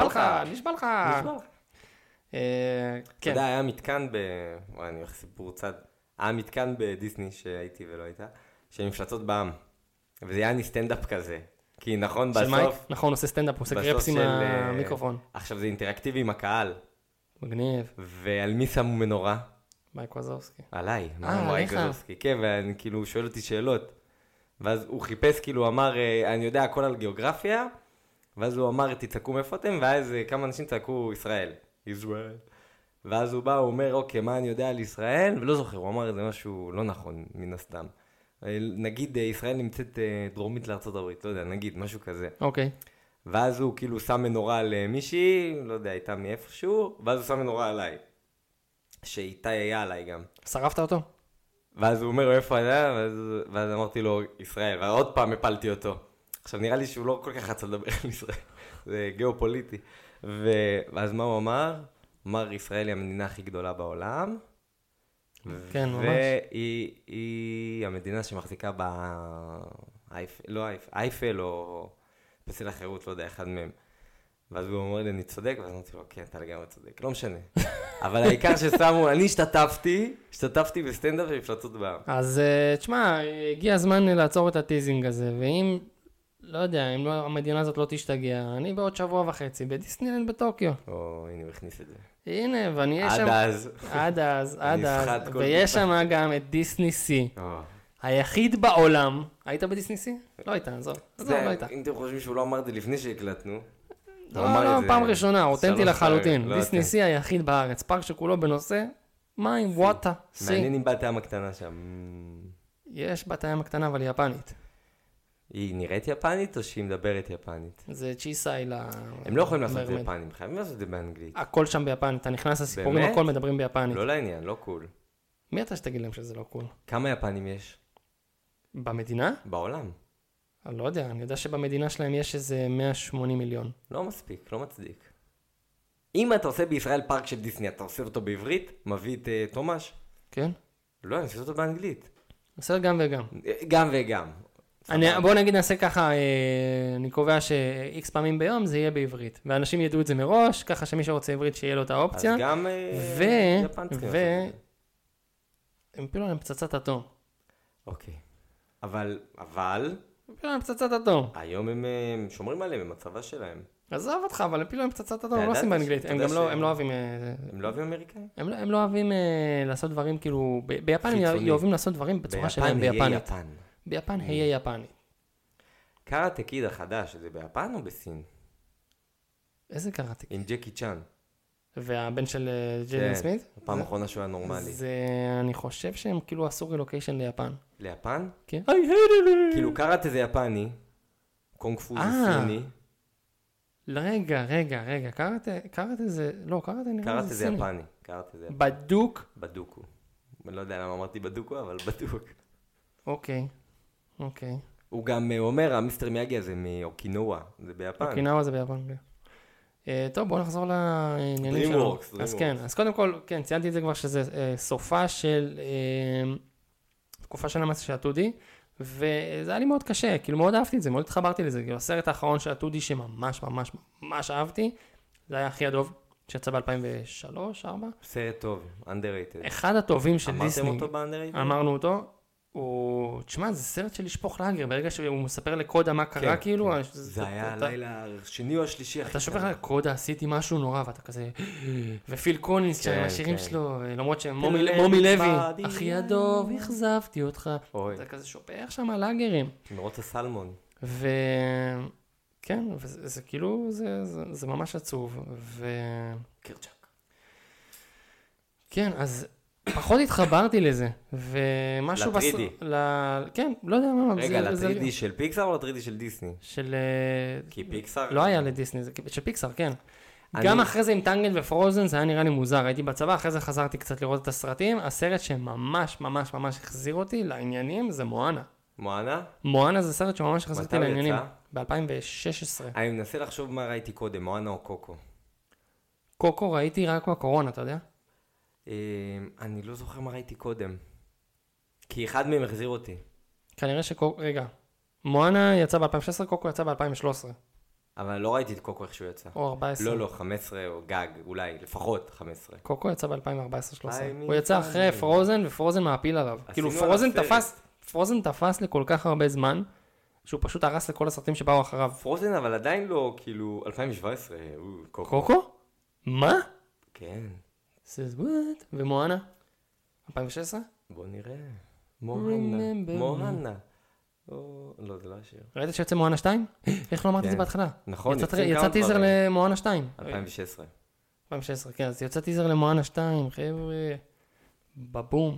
אתה יודע, היה מתקן אני הולך סיפור צד. היה מתקן בדיסני שהייתי ולא הייתה, של מפלצות בעם. וזה היה סטנדאפ כזה. כי נכון, בסוף... נכון, עושה סטנדאפ, עושה קרפס עם המיקרופון. עכשיו זה אינטראקטיבי עם הקהל. מגניב. ועל מי שמו מנורה? מייק ווזובסקי. עליי. מייק ווזובסקי. כן, ואני כאילו שואל אותי שאלות. ואז הוא חיפש, כאילו, אמר, אני יודע הכל על גיאוגרפיה, ואז הוא אמר, תצעקו מאיפה אתם, ואז כמה אנשים צעקו ישראל. ישראל. ואז הוא בא, הוא אומר, אוקיי, מה אני יודע על ישראל? ולא זוכר, הוא אמר, זה משהו לא נכון, מן הסתם. נגיד, ישראל נמצאת דרומית לארצות הברית, לא יודע, נגיד, משהו כזה. אוקיי. ואז הוא כאילו שם מנורה על מישהי, לא יודע, הייתה מאיפשהו, ואז הוא שם מנורה עליי. שאיתה היה עליי גם. שרפת אותו? ואז הוא אומר, איפה היה? ואז אמרתי לו, ישראל, ועוד פעם הפלתי אותו. עכשיו, נראה לי שהוא לא כל כך רצה לדבר על ישראל. זה גיאופוליטי. ואז מה הוא אמר? הוא אמר, ישראל היא המדינה הכי גדולה בעולם. כן, ממש. והיא המדינה שמחזיקה אייפל או פסל החירות, לא יודע, אחד מהם. ואז הוא אומר לי, אני צודק, ואז אמרתי לו, כן, אתה לגמרי צודק, לא משנה. אבל העיקר ששמו, אני השתתפתי בסטנדאפ ומפלצות בעם. אז תשמע, הגיע הזמן לעצור את הטיזינג הזה, ואם, לא יודע, אם המדינה הזאת לא תשתגע, אני בעוד שבוע וחצי בדיסנילנד בטוקיו. הנה, הוא הכניס את זה. הנה, ואני אהיה שם... עד אז. ויש שם גם את דיסני סי. היחיד בעולם. היית בדיסני סי? לא היית, עזוב. לא היית. אם אתם חושבים שהוא לא אמר את זה לפני שהקלטנו. לא, פעם ראשונה, אותנטי לחלוטין. דיסני סי היחיד בארץ. פארק שכולו בנושא מים, ווטה, סי. מעניין עם בת הים הקטנה שם. יש בת הים הקטנה, אבל היא יפנית. היא נראית יפנית או שהיא מדברת יפנית? זה צ'יסאי הם לא יכולים לעשות את זה יפנים, חייבים לעשות את זה באנגלית. הכל שם ביפנית, אתה נכנס לסיפורים, הכל מדברים ביפנית. לא לעניין, לא קול. מי אתה שתגיד להם שזה לא קול? כמה יפנים יש? במדינה? בעולם. אני לא יודע, אני יודע שבמדינה שלהם יש איזה 180 מיליון. לא מספיק, לא מצדיק. אם אתה עושה בישראל פארק של דיסני, אתה עושה אותו בעברית, מביא את תומש? כן. לא, אני עושה אותו באנגלית. עושה גם וגם. גם וגם. בוא נגיד נעשה ככה, אני קובע ש-X פעמים ביום זה יהיה בעברית. ואנשים ידעו את זה מראש, ככה שמי שרוצה עברית שיהיה לו את האופציה. אז גם יפן צריכים לעשות את זה. הם פילו להם פצצת אטום. אוקיי. אבל... הם פילו להם פצצת אטום. היום הם שומרים עליהם במצבה שלהם. עזוב אותך, אבל הם פילו להם פצצת אטום, הם לא עושים באנגלית. הם גם לא אוהבים... הם לא אוהבים אמריקאים? הם לא אוהבים לעשות דברים כאילו... ביפן הם אוהבים לעשות דברים בצורה שלהם ביפנית. ביפן היה יפני. קראטה קיד החדש, זה ביפן או בסין? איזה קראטה קיד? עם ג'קי צ'אן. והבן של ג'יידן סמית? פעם אחרונה שהוא היה נורמלי. זה, אני חושב שהם כאילו עשו רילוקיישן ליפן. ליפן? כן. I hated it! כאילו קראטה זה יפני, קונג פו זה סיני. רגע, קראטה זה, לא, קראטה נראה זה סיני. קראטה זה יפני. בדוק? בדוקו. אני לא יודע למה אמרתי בדוקו, אבל בדוק. אוקיי. הוא גם אומר, המיסטר מיאגי הזה מאוקינאווה, זה ביפן. אוקינאווה זה ביפן, כן. טוב, בואו נחזור לעניינים שלנו. אז כן, אז קודם כל, כן, ציינתי את זה כבר שזה סופה של תקופה של המסע של הטודי, וזה היה לי מאוד קשה, כאילו מאוד אהבתי את זה, מאוד התחברתי לזה, כאילו הסרט האחרון של הטודי שממש ממש ממש אהבתי, זה היה הכי הדוב, שיצא ב-2003-2004. סרט טוב, underrated. אחד הטובים של דיסני. אמרתם אותו ב-underrated? אמרנו אותו. תשמע, זה סרט של לשפוך לאגר, ברגע שהוא מספר לקודה מה קרה, כאילו... זה היה הלילה השני או השלישי. אתה שופך לקודה, עשיתי משהו נורא, ואתה כזה... ופיל קולינס, שהשירים שלו, למרות שמומי לוי, אחי הדוב, הכזבתי אותך. אתה כזה שופך שם לאגרים. מרוץ הסלמון. כן, וזה כאילו, זה ממש עצוב. קירצ'ק. כן, אז... פחות התחברתי לזה, ומשהו... לטרידי. כן, לא יודע מה... רגע, לטרידי של פיקסאר או לטרידי של דיסני? כי פיקסאר... לא היה לדיסני, זה של פיקסאר, כן. גם אחרי זה עם טנגל ופרוזן, זה היה נראה לי מוזר. הייתי בצבא, אחרי זה חזרתי קצת לראות את הסרטים. הסרט שממש ממש ממש החזיר אותי לעניינים זה מואנה. מואנה? מואנה זה סרט שממש החזיר אותי לעניינים. ב-2016. אני מנסה לחשוב מה ראיתי קודם, מואנה או קוקו. קוקו ראיתי רק בקורונה, אתה יודע? אני לא זוכר מה ראיתי קודם. כי אחד מהם החזיר אותי. כנראה שקוקו... רגע. מואנה יצא ב-2016, קוקו יצא ב-2013. אבל לא ראיתי את קוקו איך שהוא יצא. או 14. לא, 15 או גג, אולי, לפחות 15. קוקו יצא ב-2014-13. הוא יצא אחרי פרוזן, ופרוזן מעפיל עליו. כאילו פרוזן תפס לכל כך הרבה זמן, שהוא פשוט הרס לכל הסרטים שבאו אחריו. פרוזן אבל עדיין לא, כאילו, 2017, קוקו. קוקו? מה? כן. says what? ומואנה? 2016? בוא נראה. מואנה. לא, זה לא השיר. ראית שיוצא מואנה 2? איך לא אמרתי את זה בהתחלה? נכון. יצא טיזר למואנה 2. 2016. 2016, כן. אז יוצא טיזר למואנה 2, חבר'ה. בבום.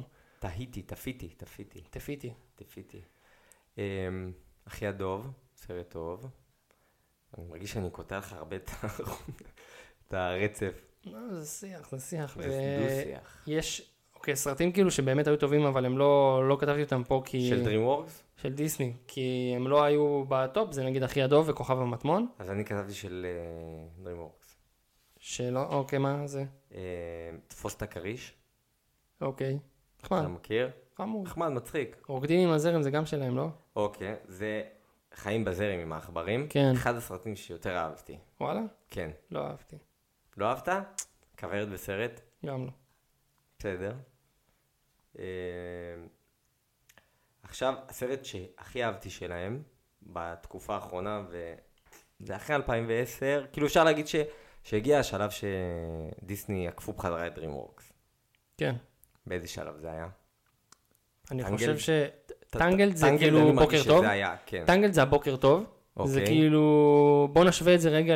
תפיתי. אחי הדוב, סרט טוב. אני מרגיש שאני קוטע לך הרבה את הרצף. לא, זה שיח. זה דו-שיח. יש, אוקיי, סרטים כאילו שבאמת היו טובים, אבל הם לא כתבתי אותם פה כי... של DreamWorks? של דיסני, כי הם לא היו בטופ, זה נגיד אחי הדוב וכוכב המטמון. אז אני כתבתי של DreamWorks. שלא, אוקיי, מה זה? תפוס את הכריש. אוקיי. נחמד. אתה מכיר? חמור. נחמד, מצחיק. רוקדים עם הזרם זה גם שלהם, לא? אוקיי, זה חיים בזרם עם העכברים. כן. אחד הסרטים שיותר אהבתי. וואלה? כן. לא אהבתי. לא אהבת? כוורת בסרט? גם לא. בסדר. עכשיו, הסרט שהכי אהבתי שלהם, בתקופה האחרונה, וזה אחרי 2010, כאילו אפשר להגיד שהגיע השלב שדיסני עקפו בחזרה את DreamWorks. כן. באיזה שלב זה היה? אני חושב שטנגלד זה כאילו בוקר טוב. טנגלד זה הבוקר טוב. זה כאילו, בוא נשווה את זה רגע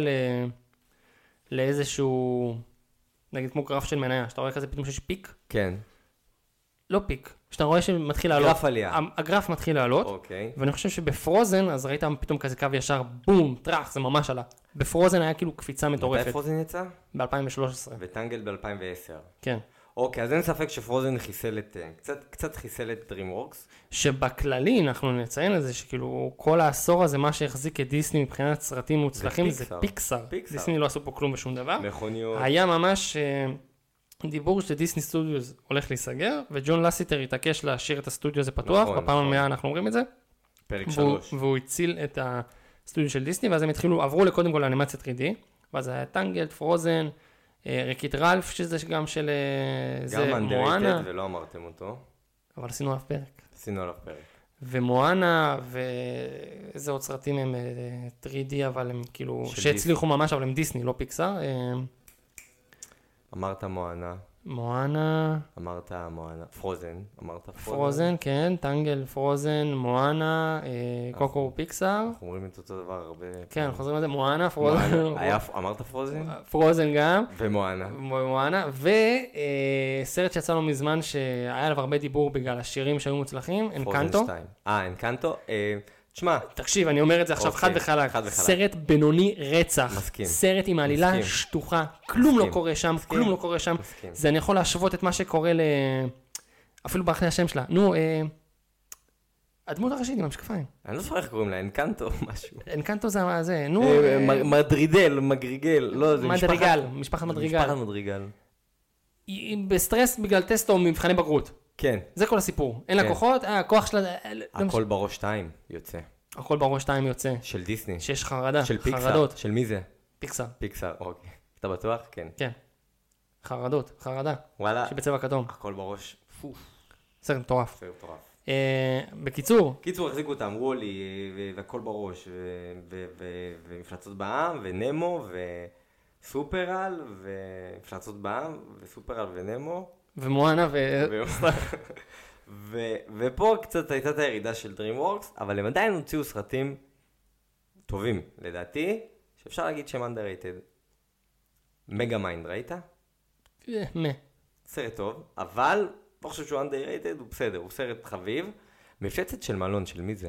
לאיזשהו, נגיד כמו גרף של מניה, שאתה רואה כזה פתאום שיש פיק? כן. לא פיק, שאתה רואה שמתחיל לעלות. גרף עלייה. הגרף מתחיל לעלות. אוקיי. ואני חושב שבפרוזן, אז ראית פתאום כזה קו ישר, בום, טרח, זה ממש עלה. בפרוזן היה כאילו קפיצה מטורפת. מתי פרוזן יצא? ב-2013. וטנגלד ב-2010. כן. אוקיי, אז אין ספק שפרוזן קצת חיסל את DreamWorks. שבכללי אנחנו נציין את זה, שכאילו כל העשור הזה, מה שהחזיק את דיסני מבחינת סרטים מוצלחים, זה פיקסאר. דיסני לא עשו פה כלום בשום דבר. מכוניות. היה ממש דיבור שדיסני סטודיוס הולך להיסגר, וג'ון לסיטר התעקש להשאיר את הסטודיו הזה פתוח, בפעם המאה אנחנו אומרים את זה. פרק 3. והוא הציל את הסטודיו של דיסני, ואז הם עברו לקודם כל לאנימציה 3D, ואז היה טנגלד, פרוזן, ריקיט רלף, שזה גם של מואנה. גם ולא אמרתם אותו. אבל עשינו עליו פרק. ומואנה, ואיזה עוד סרטים הם 3D, אבל הם כאילו, שהצליחו ממש, אבל הם דיסני, לא פיקסאר. אמרת מואנה. אמרת מואנה. פרוזן, כן, טנגל, פרוזן, מואנה, קוקו פיקסאר. אנחנו אומרים את אותו דבר הרבה. כן, אנחנו חוזרים על זה, מואנה, פרוזן. אמרת פרוזן? פרוזן גם. ומואנה. וסרט שיצא לו מזמן שהיה עליו הרבה דיבור בגלל השירים שהיו מוצלחים, אנקנטו. אנקנטו. תשמע. תקשיב, אני אומר את זה עכשיו חד וחלק. סרט בינוני רצח. מסכים. סרט עם העלילה שטוחה. כלום לא קורה שם. זה אני יכול להשוות את מה שקורה אפילו באחרי השם שלה. נו, הדמות הראשית עם המשקפיים. אני לא זוכר איך קוראים לה, אנקנטו משהו. אנקנטו זה מה זה, נו. מגריגל. לא, זה משפחת מדריגל. היא בסטרס בגלל טסט או מבחני בגרות. כן. זה כל הסיפור. אין לה כוחות, הכוח שלה... הכל בראש 2 יוצא. הכל בראש 2 יוצא. של דיסני. שיש חרדה. של פיקסאר. של מי זה? פיקסאר, אוקיי. אתה בטוח? כן. כן. חרדה. וואלה. שבצבע כתום. הכל בראש. סרט מטורף. בקיצור. החזיקו אותם, וולי, והכל בראש, ומפלצות בעם, ונמו, וסופרל, ומפלצות בעם, וסופרל ונמו. ומואנה ופה קצת הייתה את הירידה של DreamWorks, אבל הם עדיין הוציאו סרטים טובים, לדעתי, שאפשר להגיד שהם underrated. מגה מיינד, ראית? סרט טוב, אבל לא חושב שהוא underrated, הוא בסדר, הוא סרט חביב. מפלצת של מלון, של מי זה?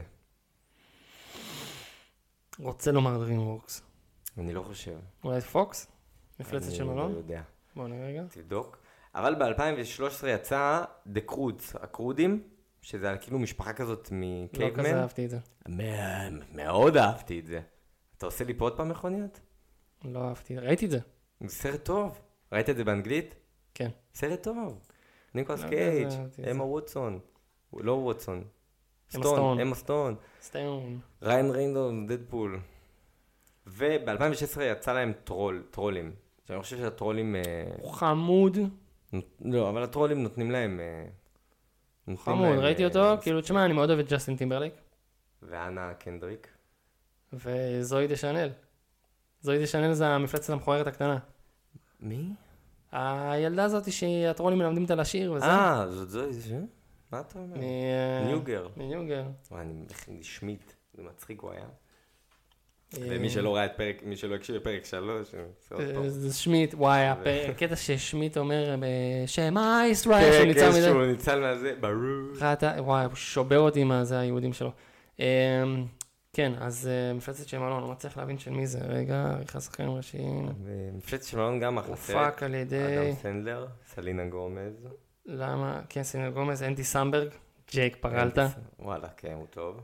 רוצה לומר DreamWorks. אני לא חושב. אולי פוקס? מפלצת של מלון? אני לא יודע. בוא נראה רגע. תבדוק. אבל ב-2013 יצא The Croods, הקרודים, שזה היה כאילו משפחה כזאת מקייבמן. לא כזה אהבתי את זה. מאוד אהבתי את זה. אתה עושה לי פה עוד פעם מכוניות? לא אהבתי, ראיתי את זה. זה סרט טוב. ראית את זה באנגלית? כן. סרט טוב. ניקולס קייג', אמה ווטסון. לא ווטסון. אמה סטון. ריין ריינדלס, דדפול. וב-2016 יצא להם טרולים. שאני חושב שהטרולים... הוא חמוד. לא, אבל הטרולים נותנים להם... חמוד, ראיתי אותו, כאילו, תשמע, אני מאוד אוהב את ג'סטין טימברליק. ואנה קנדריק. וזוי דה שאנל. זוי דה שאנל זה המפלצת המכוערת הקטנה. מי? הילדה הזאת שהטרולים מלמדים אותה לשיר וזה. זאת זוי, זה? מה אתה אומר? ניוגר. אני שמיט, זה מצחיק הוא היה. ומי שלא ראה את פרק, מי שלא הקשיב לפרק 3, זה שמיט, וואי, הקטע ששמיט אומר שמה ישראל, שהוא ניצל מזה. כן, שהוא ניצל מהזה, ברור. וואי, הוא שובר אותי מה זה היהודים שלו. כן, אז מפלצת של מלון, לא מצליח להבין של מי זה. רגע, ריחה שחקנים ראשיים. מפלצת של מלון גם אחלה סרט. הופק על ידי... אדם סנדלר, סלינה גומז. למה? כן, סלינה גומז, אנדי סמברג, ג'ייק פרלטה. וואלה, כן, הוא טוב.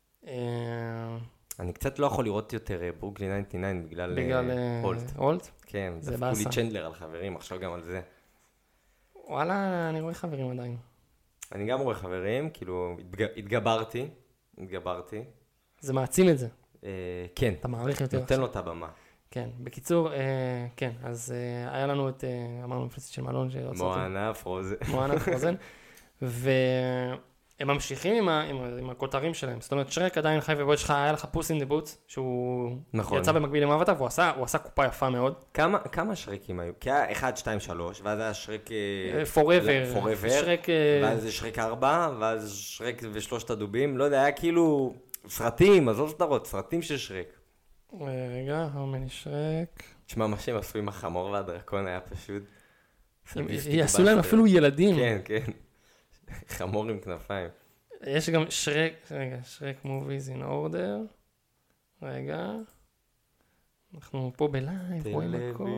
אני קצת לא יכול לראות יותר ברוקלין 99 בגלל אולט. כן, דפקו לי צ'נדלר על חברים, עכשיו גם על זה. וואלה, אני רואה חברים עדיין. אני גם רואה חברים, כאילו, התגברתי. זה מעצים את זה. כן. אתה מעריך יותר. נותן לו את הבמה. כן, בקיצור, כן, אז היה לנו את, אמרנו מפלצת של מלון. מואנה פרוזן. הם ממשיכים עם הכותרים שלהם. זאת אומרת, שרק עדיין חי ובועט שלך, היה לך פוס אין דה בוטס, שהוא יצא במקביל עם אבטאר, והוא עשה קופה יפה מאוד. כמה שרקים היו? כי היה 1, 2, 3, ואז היה שרק... Forever. ואז זה שרק 4, ואז שרק ושלושת הדובים. לא יודע, היה כאילו סרטים, אז לא סדרות, סרטים של שרק. רגע, הרמני שרק. תשמע, מה שהם עשו עם החמור והדרקון היה פשוט... יעשו להם אפילו ילדים. כן. חמור עם כנפיים. יש גם שרק מוביז אין אורדר. רגע. אנחנו פה בלייב, רואים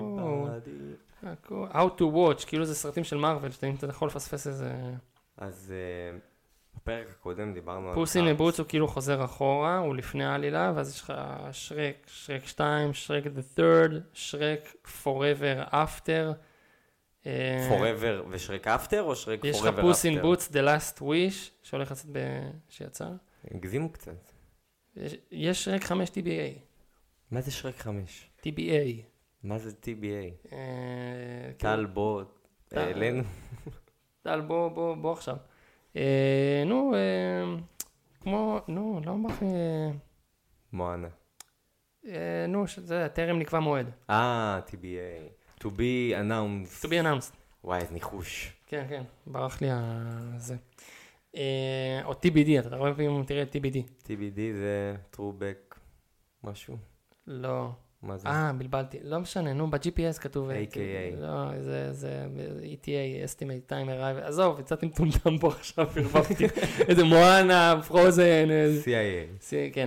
הכל. How to watch, כאילו זה סרטים של מארוול, שאתה יכול לפספס איזה... אז בפרק הקודם דיברנו על... פוס אין בוטס הוא כאילו חוזר אחורה, הוא לפני העלילה, ואז יש לך שרק, שרק 2, שרק the third, שרק forever after. forever ושרק after או שרק forever after? יש לך פוס אין בוטס, the last wish, שהולך לצאת שיצא. הגזימו קצת. יש שרק 5 TBA. מה זה שרק 5? TBA. מה זה TBA? טל בוא, אלינו. טל בוא עכשיו. נו, כמו, נו, לא אמר לי... מואנה. נו, זה טרם נקבע מועד. TBA. To be announced. To be announced. וואי, איזה ניחוש. כן, כן, ברח לי זה. או TBD, אתה רואה פעמים, תראה TBD. TBD זה throwback משהו? לא. מה זה? בלבלתי. לא משנה, נו, ב-GPS כתוב... AKA. לא, זה ETA, Estimate Time Arrival. עזוב, יצאתי מטומטם פה עכשיו, הרבבתי. איזה מואנה, פרוזן. CIA. כן.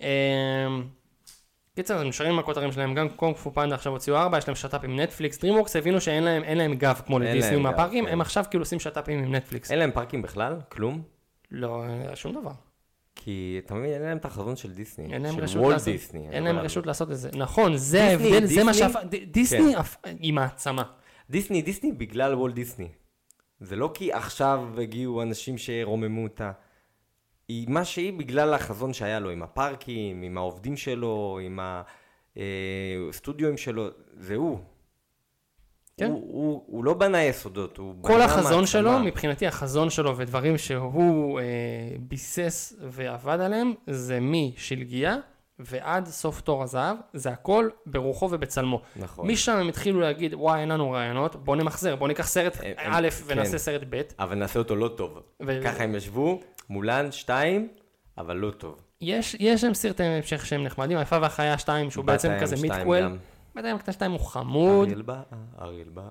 קיצר, הם נשארים מהכותרים שלהם, גם קונג פו פנדה עכשיו הוציאו 4, יש להם שטאפ עם נטפליקס, דרימוורקס הבינו שאין להם גב כמו לדיסני מהפארקים, הם עכשיו כאילו עושים שטאפים עם נטפליקס. אין להם פארקים בכלל? כלום? לא, שום דבר. כי אתה מבין, אין להם את החזון של דיסני, של וולט דיסני. אין להם רשות לעשות את זה. נכון, זה ההבדל, זה מה שאף... דיסני היא מעצמה. דיסני בגלל וולט דיסני. זה לא כי עכשיו הגיעו אנשים שרוממו אותה. היא מה שהיא בגלל החזון שהיה לו, עם הפארקים, עם העובדים שלו, עם הסטודיואים שלו, זה הוא. כן. הוא לא בנה יסודות, הוא בנה כל החזון שלו, מבחינתי החזון שלו ודברים שהוא ביסס ועבד עליהם, זה משלגיה ועד סוף תור הזהב, זה הכל ברוחו ובצלמו. נכון. משם הם התחילו להגיד, וואי, אין לנו רעיונות, בוא נמחזר, בוא ניקח סרט א' ונעשה סרט ב'. אבל נעשה אותו לא טוב. ככה הם ישבו, מולן 2, אבל לא טוב. יש שם סרטי המשך שהם נחמדים, היפה והחיה 2, שהוא בעצם כזה מיטקוול. בת הים הקטנה 2 הוא חמוד. אריאל בא.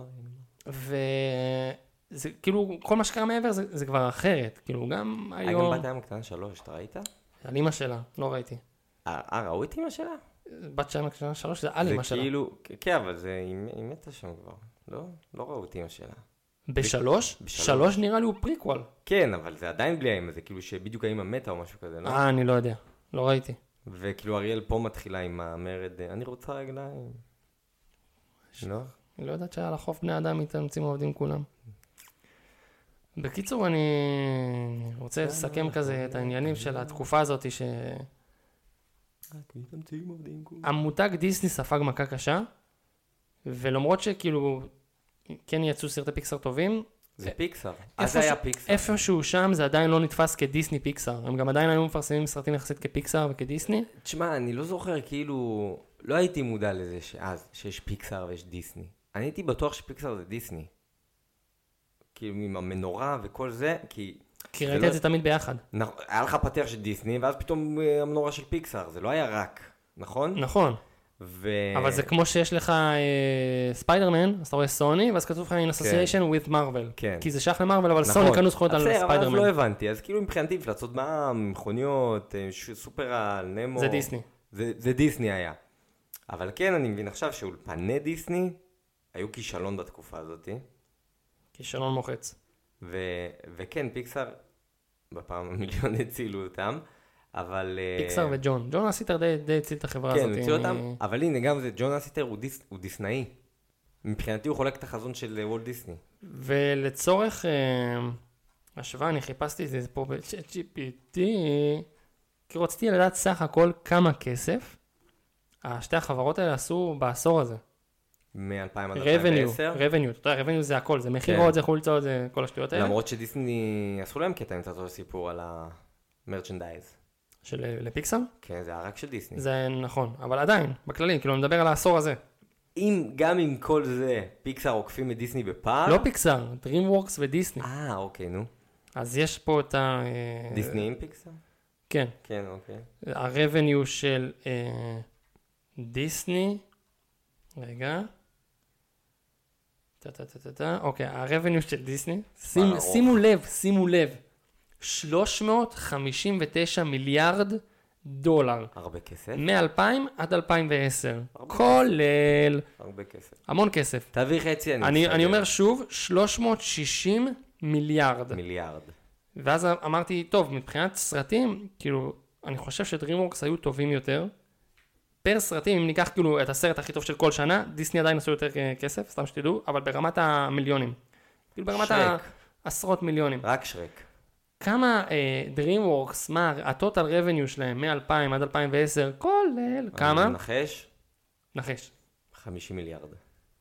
וזה כאילו, כל מה שקרה מעבר זה כבר אחרת. כאילו גם היום... גם בת הים הקטנה 3, אתה ראית? על אמא שלה, לא ראיתי. ראו את אמא שלה? בת הים הקטנה 3 זה על אמא שלה. זה כאילו, כן, אבל היא מתה שם כבר. לא ראו את אמא שלה. ב3? 3 נראה לי הוא פריקוול. כן, אבל זה עדיין בלי האמא, זה כאילו שבדיוק האמא מתה או משהו כזה, לא? אני לא יודע, לא ראיתי. וכאילו אריאל פה מתחילה עם המרד, אני רוצה רגליים. לא? אני לא יודעת שעל החוף בני אדם מתאמצים עובדים כולם. בקיצור, אני רוצה לסכם כזה את העניינים של התקופה הזאת המותג דיסני ספג מכה קשה, ולמרות שכאילו כן יצאו סרטי פיקסר טובים, זה פיקסר. אז זה היה פיקסר. איפשהו שם זה עדיין לא נתפס כדיסני פיקסר. הם גם עדיין היו מפרסמים סרטים יחסית כפיקסר וכדיסני. תשמע, אני לא זוכר, כאילו, לא הייתי מודע לזה שיש פיקסר ויש דיסני. אני הייתי בטוח שפיקסר זה דיסני. כאילו, עם המנורה וכל זה, כי ראית את זה תמיד ביחד. היה לך פתח של דיסני, ואז פתאום המנורה של פיקסר. זה לא היה רק, נכון? נכון. אבל זה כמו שיש לך ספיידרמן, אז אתה רואה סוני, ואז כתוב לך in association with Marvel. כי זה שייך למרוול, אבל סוני קנו זכויות על ספיידרמן. אבל לא הבנתי, אז כאילו מבחינתי מפלצות מע"מ, מכוניות, סופרל, נמו. זה דיסני. זה דיסני היה. אבל כן, אני מבין עכשיו שאולפני דיסני היו כישלון בתקופה הזאת. כישלון מוחץ. וכן, פיקסר בפעם המיליון הצילו אותם. אבל... פיקסר וג'ון. ג'ון אסיטר די הציל את החברה הזאת. כן, הציל אותם, אבל הנה, גם זה, ג'ון אסיטר הוא דיסנאי. מבחינתי הוא חולק את החזון של וולט דיסני. ולצורך השוואה, אני חיפשתי את זה פה ב-ChatGPT, כי רציתי לדעת סך הכל כמה כסף שתי החברות האלה עשו בעשור הזה. מ-2000 עד 2010? revenue, אתה יודע, revenue זה הכל, זה מחירות, זה חולצות, זה כל השטויות האלה. למרות שדיסני עשו להם קטע עם קצת סיפור על המרצ'נדייז. לפיקסר? כן, זה היה רק של דיסני. זה נכון, אבל עדיין, בכללי, כאילו, נדבר על העשור הזה. גם עם כל זה, פיקסר עוקפים את דיסני בפער? לא פיקסר, DreamWorks ודיסני. אוקיי, נו. אז יש פה את ה... דיסני עם פיקסר? כן. כן, אוקיי. ה-revenue של דיסני, רגע. אוקיי, ה-revenue של דיסני, שימו לב, 359 מיליארד דולר. הרבה כסף. מ-2000 עד 2010. כולל. הרבה כסף. המון כסף. תביא חצי, אני אומר שוב, 360 מיליארד. מיליארד. ואז אמרתי, טוב, מבחינת סרטים, כאילו, אני חושב שדרימוורקס היו טובים יותר. פר סרטים, אם ניקח כאילו את הסרט הכי טוב של כל שנה, דיסני עדיין עשו יותר כסף, סתם שתדעו, אבל ברמת המיליונים. כאילו ברמת העשרות מיליונים. רק שרק. כמה דרימוורקס, מה הטוטל רבניו שלהם מ-2000 עד 2010, כולל, כמה? נחש? נחש. 50 מיליארד.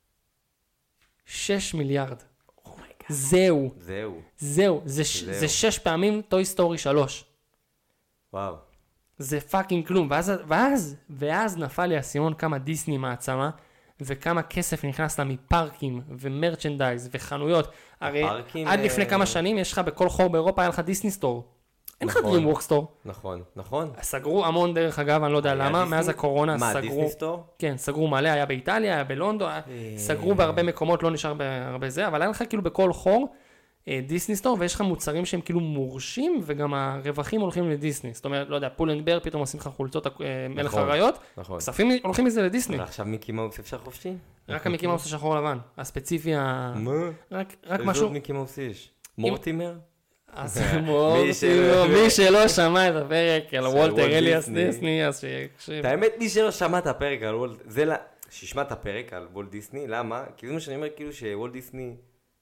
6 מיליארד. אומייגאד. זהו. זה 6 פעמים טוי סטורי 3. וואו. זה פאקינג כלום. ואז נפל לי הסימון כמה דיסני מעצמה, וכמה כסף נכנס לה מפארקים ומרצ'נדייז וחנויות. הרי עד לפני כמה שנים יש לך בכל חור באירופה, היה לך דיסני סטור. אין לך דרימוורקס סטור. נכון. סגרו המון דרך אגב, אני לא יודע למה, מאז הקורונה סגרו. מה, דיסני סטור? כן, סגרו מלא, היה באיטליה, היה בלונדון, סגרו בהרבה מקומות, לא נשאר בהרבה זה, אבל היה לך כאילו בכל חור דיסני סטור, ויש לך מוצרים שהם כאילו מורשים, וגם הרווחים הולכים לדיסני. זאת אומרת, לא יודע, פול אנד בר, פתאום עושים לך חולצות מלך אריות, כספים הולכים מזה לדיסני. אבל עכשיו מיקי מאוס אפשר חופשי? רק המיקי מאוס השחור לבן, הספציפי, רק משהו. איזה מיקי מאוס יש? מורטימר? אז מי שלא שמע את הפרק על וולטר אליאס דיסני, אז שיקשיב. האמת, מי שלא שמע את הפרק על וולט, שישמע את הפרק על וולט דיסני, למה? כי זה מה שאני אומר, כאילו שוולט דיסני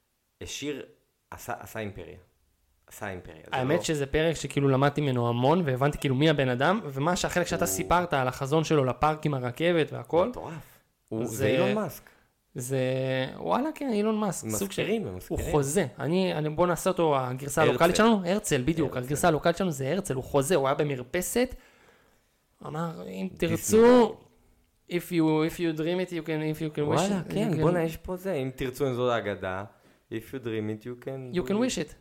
עשה אימפריה. האמת שזה פרק שכאילו למדתי ממנו המון, והבנתי כאילו מי הבן אדם, ומה שהחלק שאתה סיפרת על החזון שלו לפארק עם הרכבת והכל. מטורף. זה אילון מאסק. זה, וואלה כן, אילון מאסק. מזכירים. הוא חוזה. בוא נעשה אותו, הגרסה הלוקלית שלנו, הרצל, בדיוק. הגרסה הלוקלית שלנו זה הרצל, הוא חוזה, הוא היה במרפסת. אמר, אם תרצו, if you dream it, if you can wish it. וואלה, כן, בוא נעש פה זה. אם תרצו אין זאת האגדה. If you dream it, you can wish it.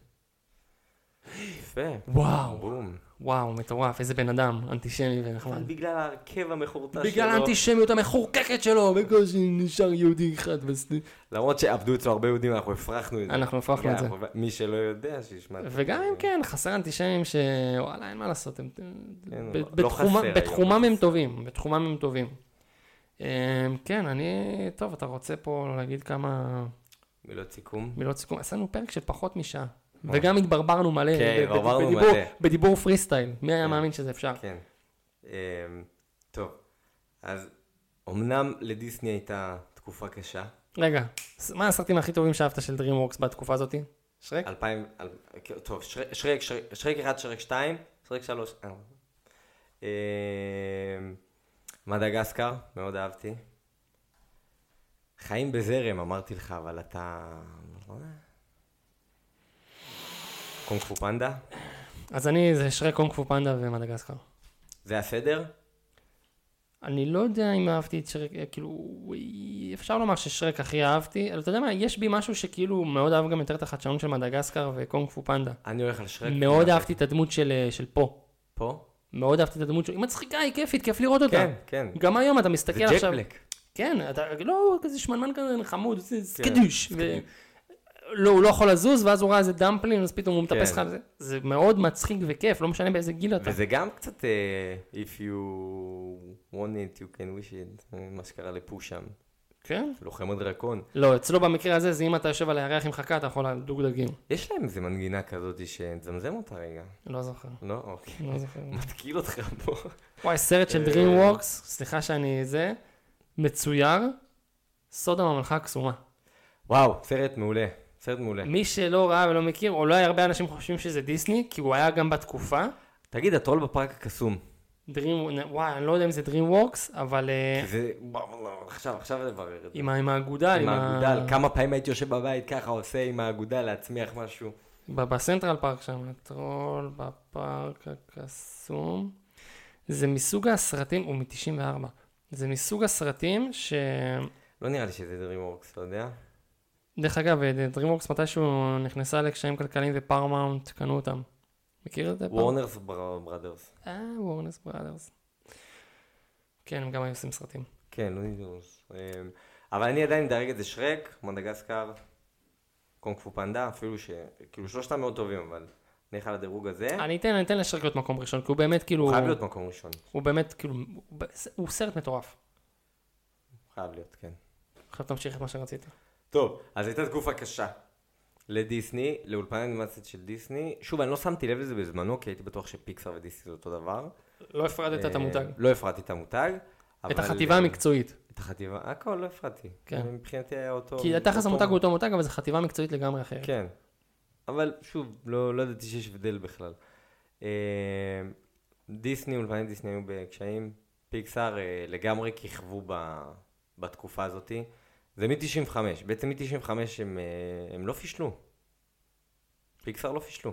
יפה. וואו, מטורף, איזה בן אדם, אנטישמי ונחמד. בגלל הרכב המחורטש שלו. בגלל האנטישמיות המחורקקת שלו, בקושי נשאר יהודי אחד. למרות שעבדו אצלו הרבה יהודים, אנחנו הפרחנו את זה. מי שלא יודע, שישמע. וגם אם כן, חסר אנטישמים שוואלה, אין מה לעשות. בתחומם הם טובים. כן, טוב, אתה רוצה פה להגיד כמה... מילות סיכום. עשינו פרק של פחות משעה. וגם התברברנו מלא. כן, התברברנו מלא. בדיבור פרי סטייל. מי היה מאמין שזה אפשר? כן. טוב, אז אמנם לדיסני הייתה תקופה קשה. רגע, מה הסרטים הכי טובים שאהבת של DreamWorks בתקופה הזאת? שרק? טוב, שרק 1, שרק 2, שרק 3. מדגסקר, מאוד אהבתי. חיים בזרם, אמרתי לך, אבל אתה... קונג פו פנדה? אז זה שרק קונג פו פנדה ומדגסקר. זה הסדר? אני לא יודע אם אהבתי את שרק, כאילו, אפשר לומר ששרק הכי אהבתי, אבל אתה יודע מה, יש בי משהו שכאילו מאוד אהב גם יותר את החדשנות של מדגסקר וקונג פו פנדה. אני הולך על שרק. מאוד אהבתי את הדמות של פה. פה? מאוד אהבתי את הדמות שלו, היא מצחיקה, היא כיפית, כיף לראות אותה. כן, כן. גם היום אתה מסתכל עכשיו... זה ג'ק בלק. כן, אתה לא כזה שמנמן כזה חמוד, זה קדוש. לא, הוא לא יכול לזוז, ואז הוא ראה איזה דמפלין, אז פתאום הוא מטפס לך על זה. זה מאוד מצחיק וכיף, לא משנה באיזה גיל אתה. וזה גם קצת, if you want it, you can wish it, מה שקרה לפושם. כן? לוחם הדרקון. לא, אצלו במקרה הזה, זה אם אתה יושב על הירח עם חכה, אתה יכול לדוג דגים. יש להם איזה מנגינה כזאת שתזמזם אותה רגע. לא זוכר. לא? אוקיי. לא זוכר. מתקיל אותך פה. וואי, סרט של DreamWorks, סליחה שאני זה, מצויר, סוד הממלכה הקסומה. וואו, סרט מעולה. סרט מעולה. מי שלא ראה ולא מכיר, או לא הרבה אנשים חושבים שזה דיסני, כי הוא היה גם בתקופה. תגיד, הטרול בפארק הקסום. וואי, אני לא יודע אם זה DreamWorks, אבל... זה... עכשיו לברר את זה. עם האגודל. עם האגודל. כמה פעמים הייתי יושב בבית ככה, עושה עם האגודל להצמיח משהו. בסנטרל פארק שם, הטרול בפארק הקסום. זה מסוג הסרטים, הוא מ-94. זה מסוג הסרטים ש... לא נראה לי שזה DreamWorks, אתה יודע? דרך אגב, DreamWorks מתישהו נכנסה לקשיים כלכליים ופארמאונט קנו אותם. מכיר את זה? וורנרס בראדרס. וורנרס בראדרס. כן, הם גם היו עושים סרטים. כן, לא נדעו. אבל אני עדיין מדרג את זה שרק, מדגסקר, קונג פו פנדה, אפילו שכאילו שלושתם מאוד טובים, אבל נלך על הדירוג הזה. אני אתן לשרק להיות מקום ראשון, כי הוא באמת כאילו... הוא חייב להיות מקום ראשון. הוא באמת כאילו... הוא סרט מטורף. חייב להיות, כן. עכשיו תמשיך את מה שרצית. טוב, אז הייתה תקופה קשה לדיסני, לאולפן האנימציה של דיסני. שוב, אני לא שמתי לב לזה בזמנו, כי הייתי בטוח שפיקסאר ודיסני זה אותו דבר. לא הפרדת את המותג. לא הפרדתי את המותג. את החטיבה המקצועית. את החטיבה, הכל לא הפרדתי. כן. מבחינתי היה אותו... כי תכלס המותג הוא אותו מותג, אבל זו חטיבה מקצועית לגמרי אחרת. כן. אבל שוב, לא ידעתי שיש הבדל בכלל. דיסני, אולפני דיסני היו בקשיים. פיקסאר לגמרי כיכבו בתקופה הזאת. זה מ-95. בעצם מ-95 הם לא פישלו. פיקסאר לא פישלו.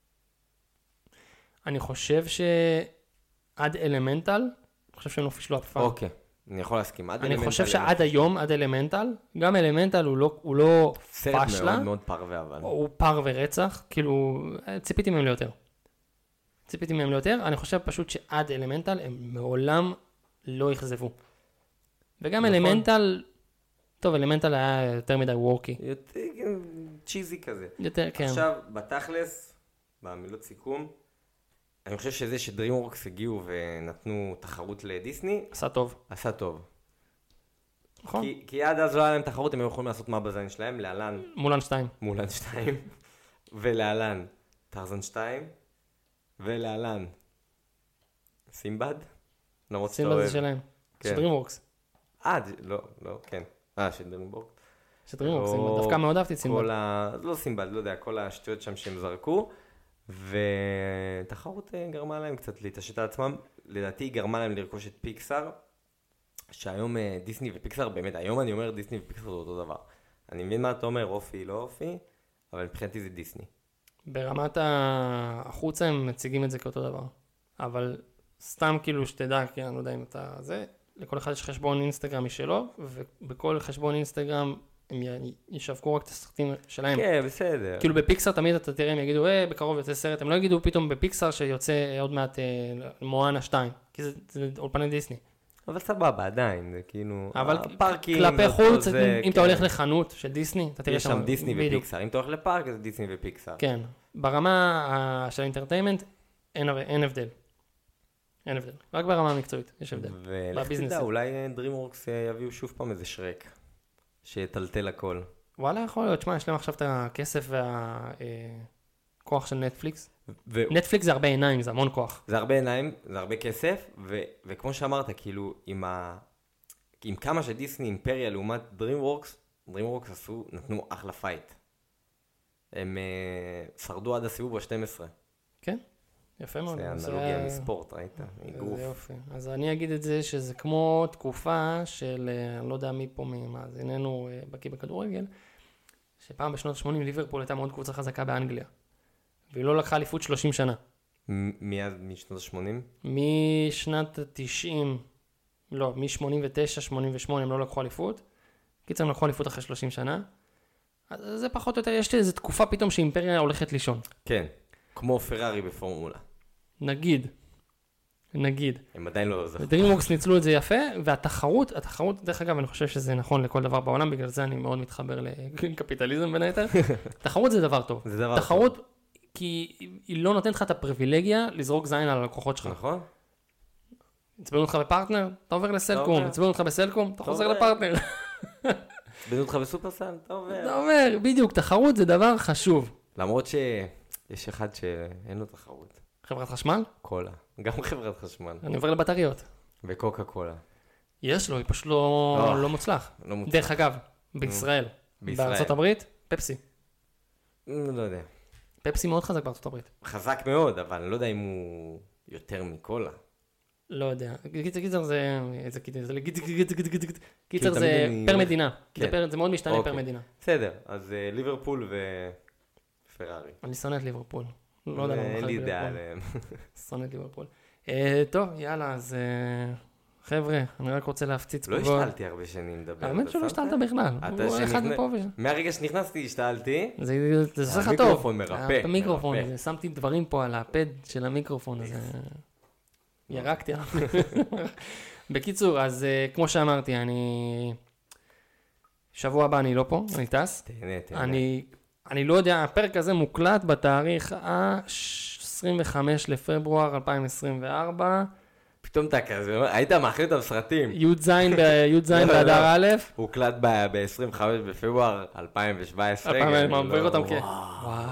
אני חושב שעד אלמנטל, אני חושב שהם לא פישלו אף פעם. אוקיי, אני יכול להסכים. אני חושב שעד היום, עד אלמנטל, גם אלמנטל הוא לא פשלה. סרט מאוד מאוד פרווה אבל. הוא פר ורצח, כאילו, ציפיתי מהם ליותר. אני חושב פשוט שעד אלמנטל הם מעולם לא יחזבו. וגם אלמנטל, טוב, אלמנטל היה יותר מדי וורקי. יותר צ'יזי כזה. יותר, כן. עכשיו, בתכלס, במילות סיכום, אני חושב שזה שדרימוורקס הגיעו ונתנו תחרות לדיסני. עשה טוב. נכון. כי עד אז לא היה להם תחרות, הם היו יכולים לעשות מה בזין שלהם, להלן. מולן 2. ולהלן טרזן 2. ולהלן סימבד. סימבד זה שלהם. של דרימוורקס. לא, כן. של דרימוורקס. של דרימוורקס, דווקא מאוד אהבתי את סימבד. לא סימבד, לא יודע, כל השטויות שם שהם זרקו. ותחרות גרמה להם קצת להתעשת על עצמם. לדעתי גרמה להם לרכוש את פיקסאר. שהיום דיסני ופיקסאר, באמת, היום אני אומר דיסני ופיקסאר זה אותו דבר. אני מבין מה אתה אומר, אופי, לא אופי, אבל מבחינתי זה דיסני. ברמת החוצה הם מציגים את זה כאותו דבר. אבל סתם כאילו שתדע, כי אני לא יודע אם אתה זה, לכל אחד יש חשבון אינסטגרם משלו, ובכל חשבון אינסטגרם הם ישווקו רק את הסרטים שלהם. כן, בסדר. כאילו בפיקסאר תמיד אתה תראה, הם יגידו, בקרוב יוצא סרט, הם לא יגידו פתאום בפיקסאר שיוצא עוד מעט מואנה 2, כי זה אולפני דיסני. אבל סבבה, עדיין, זה כאילו... אבל כלפי חוץ, אם אתה הולך לחנות של דיסני, אתה תראה שם דיסני ופיקסאר. אם אתה הולך לפארק, זה דיסני ופיקסאר. כן. ברמה של האינטרטיימנט, אין הבדל. אין הבדל. רק ברמה המקצועית, יש הבדל. ולך תדע, אולי דרימוורקס יביאו שוב פעם איזה שרק, שיטלטל הכל. וואלה, יכול להיות. שמה, יש להם עכשיו את הכסף והכוח של נטפליקס. נטפליקס זה הרבה עיניים, זה המון כוח. זה הרבה עיניים, זה הרבה כסף, וכמו שאמרת, כאילו, עם כמה שדיסני אימפריה לעומת דרימוורקס נתנו אחלה פייט. הם שרדו עד הסיבוב ה-12. כן, יפה מאוד. זה אנלוגיה מספורט, ראית? מגרוף. זה יופי. אז אני אגיד את זה שזה כמו תקופה של, אני לא יודע מי פה ממאזיננו בקיא בכדורגל, שפעם בשנות ה-80 ליברפול הייתה מאוד קבוצה חזקה באנגליה. והיא לא לקחה אליפות 30 שנה. משנות ה-80? משנת ה-90, לא, מ-89, 88 הם לא לקחו אליפות. קיצר הם לקחו אליפות אחרי 30 שנה. אז זה פחות או יותר, יש לי איזו תקופה פתאום שאימפריה הולכת לישון. כן, כמו פרארי בפורמולה. נגיד. הם עדיין לא זכו. דרימוורקס ניצלו את זה יפה, והתחרות, דרך אגב, אני חושב שזה נכון לכל דבר בעולם, בגלל זה אני מאוד מתחבר לקפיטליזם בין היתר. תחרות זה דבר טוב. זה דבר טוב. תחרות, כי היא לא נותנת לך את הפריבילגיה לזרוק זין על הלקוחות שלך. נכון. הצבנו אותך בפרטנר, אתה עובר לסלקום. הצבנו אותך בסלקום, אתה חוזר לפרטנר. הצבנו אותך בסופרסל, אתה עובר. אתה עובר, בדיוק, תחרות זה דבר חשוב. למרות שיש אחד שאין לו תחרות. חברת חשמל? קולה. גם חברת חשמל. אני עובר לבטריות. וקוקה קולה. יש לו, היא פשוט לא מוצלח. דרך אגב, בישראל. בארצות הברית, פפסי. לא יודע. פפסי מאוד חזק בארצות הברית. חזק מאוד, אבל אני לא יודע אם הוא יותר מקולה. לא יודע. קיצר זה פר מדינה. זה מאוד משתנה פר מדינה. בסדר, אז ליברפול ופרארי. אני שונא את ליברפול. לא יודע למה אין לי דעה עליהם. שונא את ליברפול. טוב, יאללה, אז חבר'ה, אני רק רוצה להפציץ. לא השתלתי הרבה שנים לדבר. האמת שלא השתלת בכלל. מהרגע שנכנסתי השתלתי. זה עושה לך טוב. המיקרופון מרפא. המיקרופון, שמתי דברים פה על הפד של המיקרופון, אז ירקתי. בקיצור, אז כמו שאמרתי, שבוע הבא אני לא פה, אני טס. תהנה. אני אני לא יודע, הפרק הזה מוקלט בתאריך ה-25 לפברואר 2024. פתאום אתה כזה, היית מאכיל אותם סרטים. י"ז באדר א'. הוא הוקלט ב-25 בפברואר 2017. אני מעביר אותם וואו.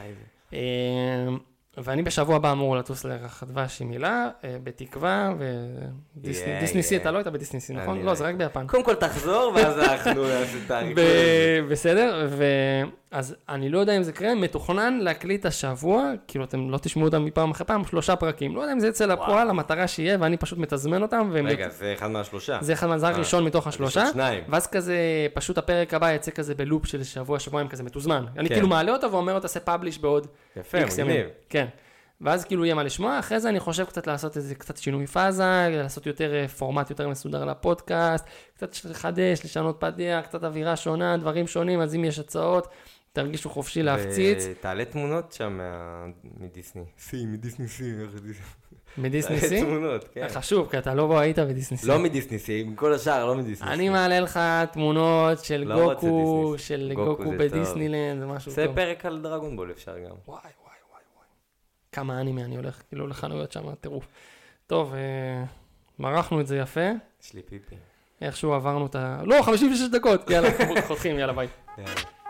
ואני בשבוע הבא אמור לטוס לרחת דבש עם מילה, בתקווה, ודיסניסי, אתה לא היית בדיסניסי, נכון? לא, זה רק ביפן. קודם כל תחזור, ואז אנחנו נעשה את הריקוד. בסדר, אז אני לא יודע אם זה קרה, מתוכנן להקליט השבוע, כאילו אתם לא תשמעו אותם מפעם אחרי פעם, 3 פרקים. לא יודע אם זה יצא לפועל, המטרה שיהיה, ואני פשוט מתזמן אותם. רגע, זה אחד מהשלושה. זה הראשון מתוך השלושה. ואז כזה, פשוט הפרק הבא יצא כזה בלופ של שבועיים כזה מתוזמן. אני כאילו מעלה אותו ואומר אותו, עושה פאבליש בעוד X ימים. כן. ואז כאילו יהיה מה לשמוע, אחרי זה אני חושב קצת לעשות איזה קצת שינוי פאזה, לעשות יותר פורמט יותר מסודר לפודקאסט, קצת לחדש, לשנות פתיח, קצת אווירה שונה, דברים שונים, אז אם יש הצעות, תרגישו חופשי להפציץ. תעלה תמונות שם מדיסני. מדיסני. מדיסני? תעלה תמונות, כן. חשוב, כי אתה לא היית בדיסני. לא מדיסני, מכל השאר לא מדיסני. אני מעלה לך תמונות של גוקו, של גוקו בדיסנילנד, זה משהו טוב. זה פרק על דרגון בול אפשר גם. וואי. כמה אנימה אני הולך, כאילו לחנויות שם, טירוף. טוב, מרחנו את זה יפה. יש לי פיפי. איכשהו עברנו את ה... לא, 56 דקות. יאללה, חותכים, יאללה, ביי.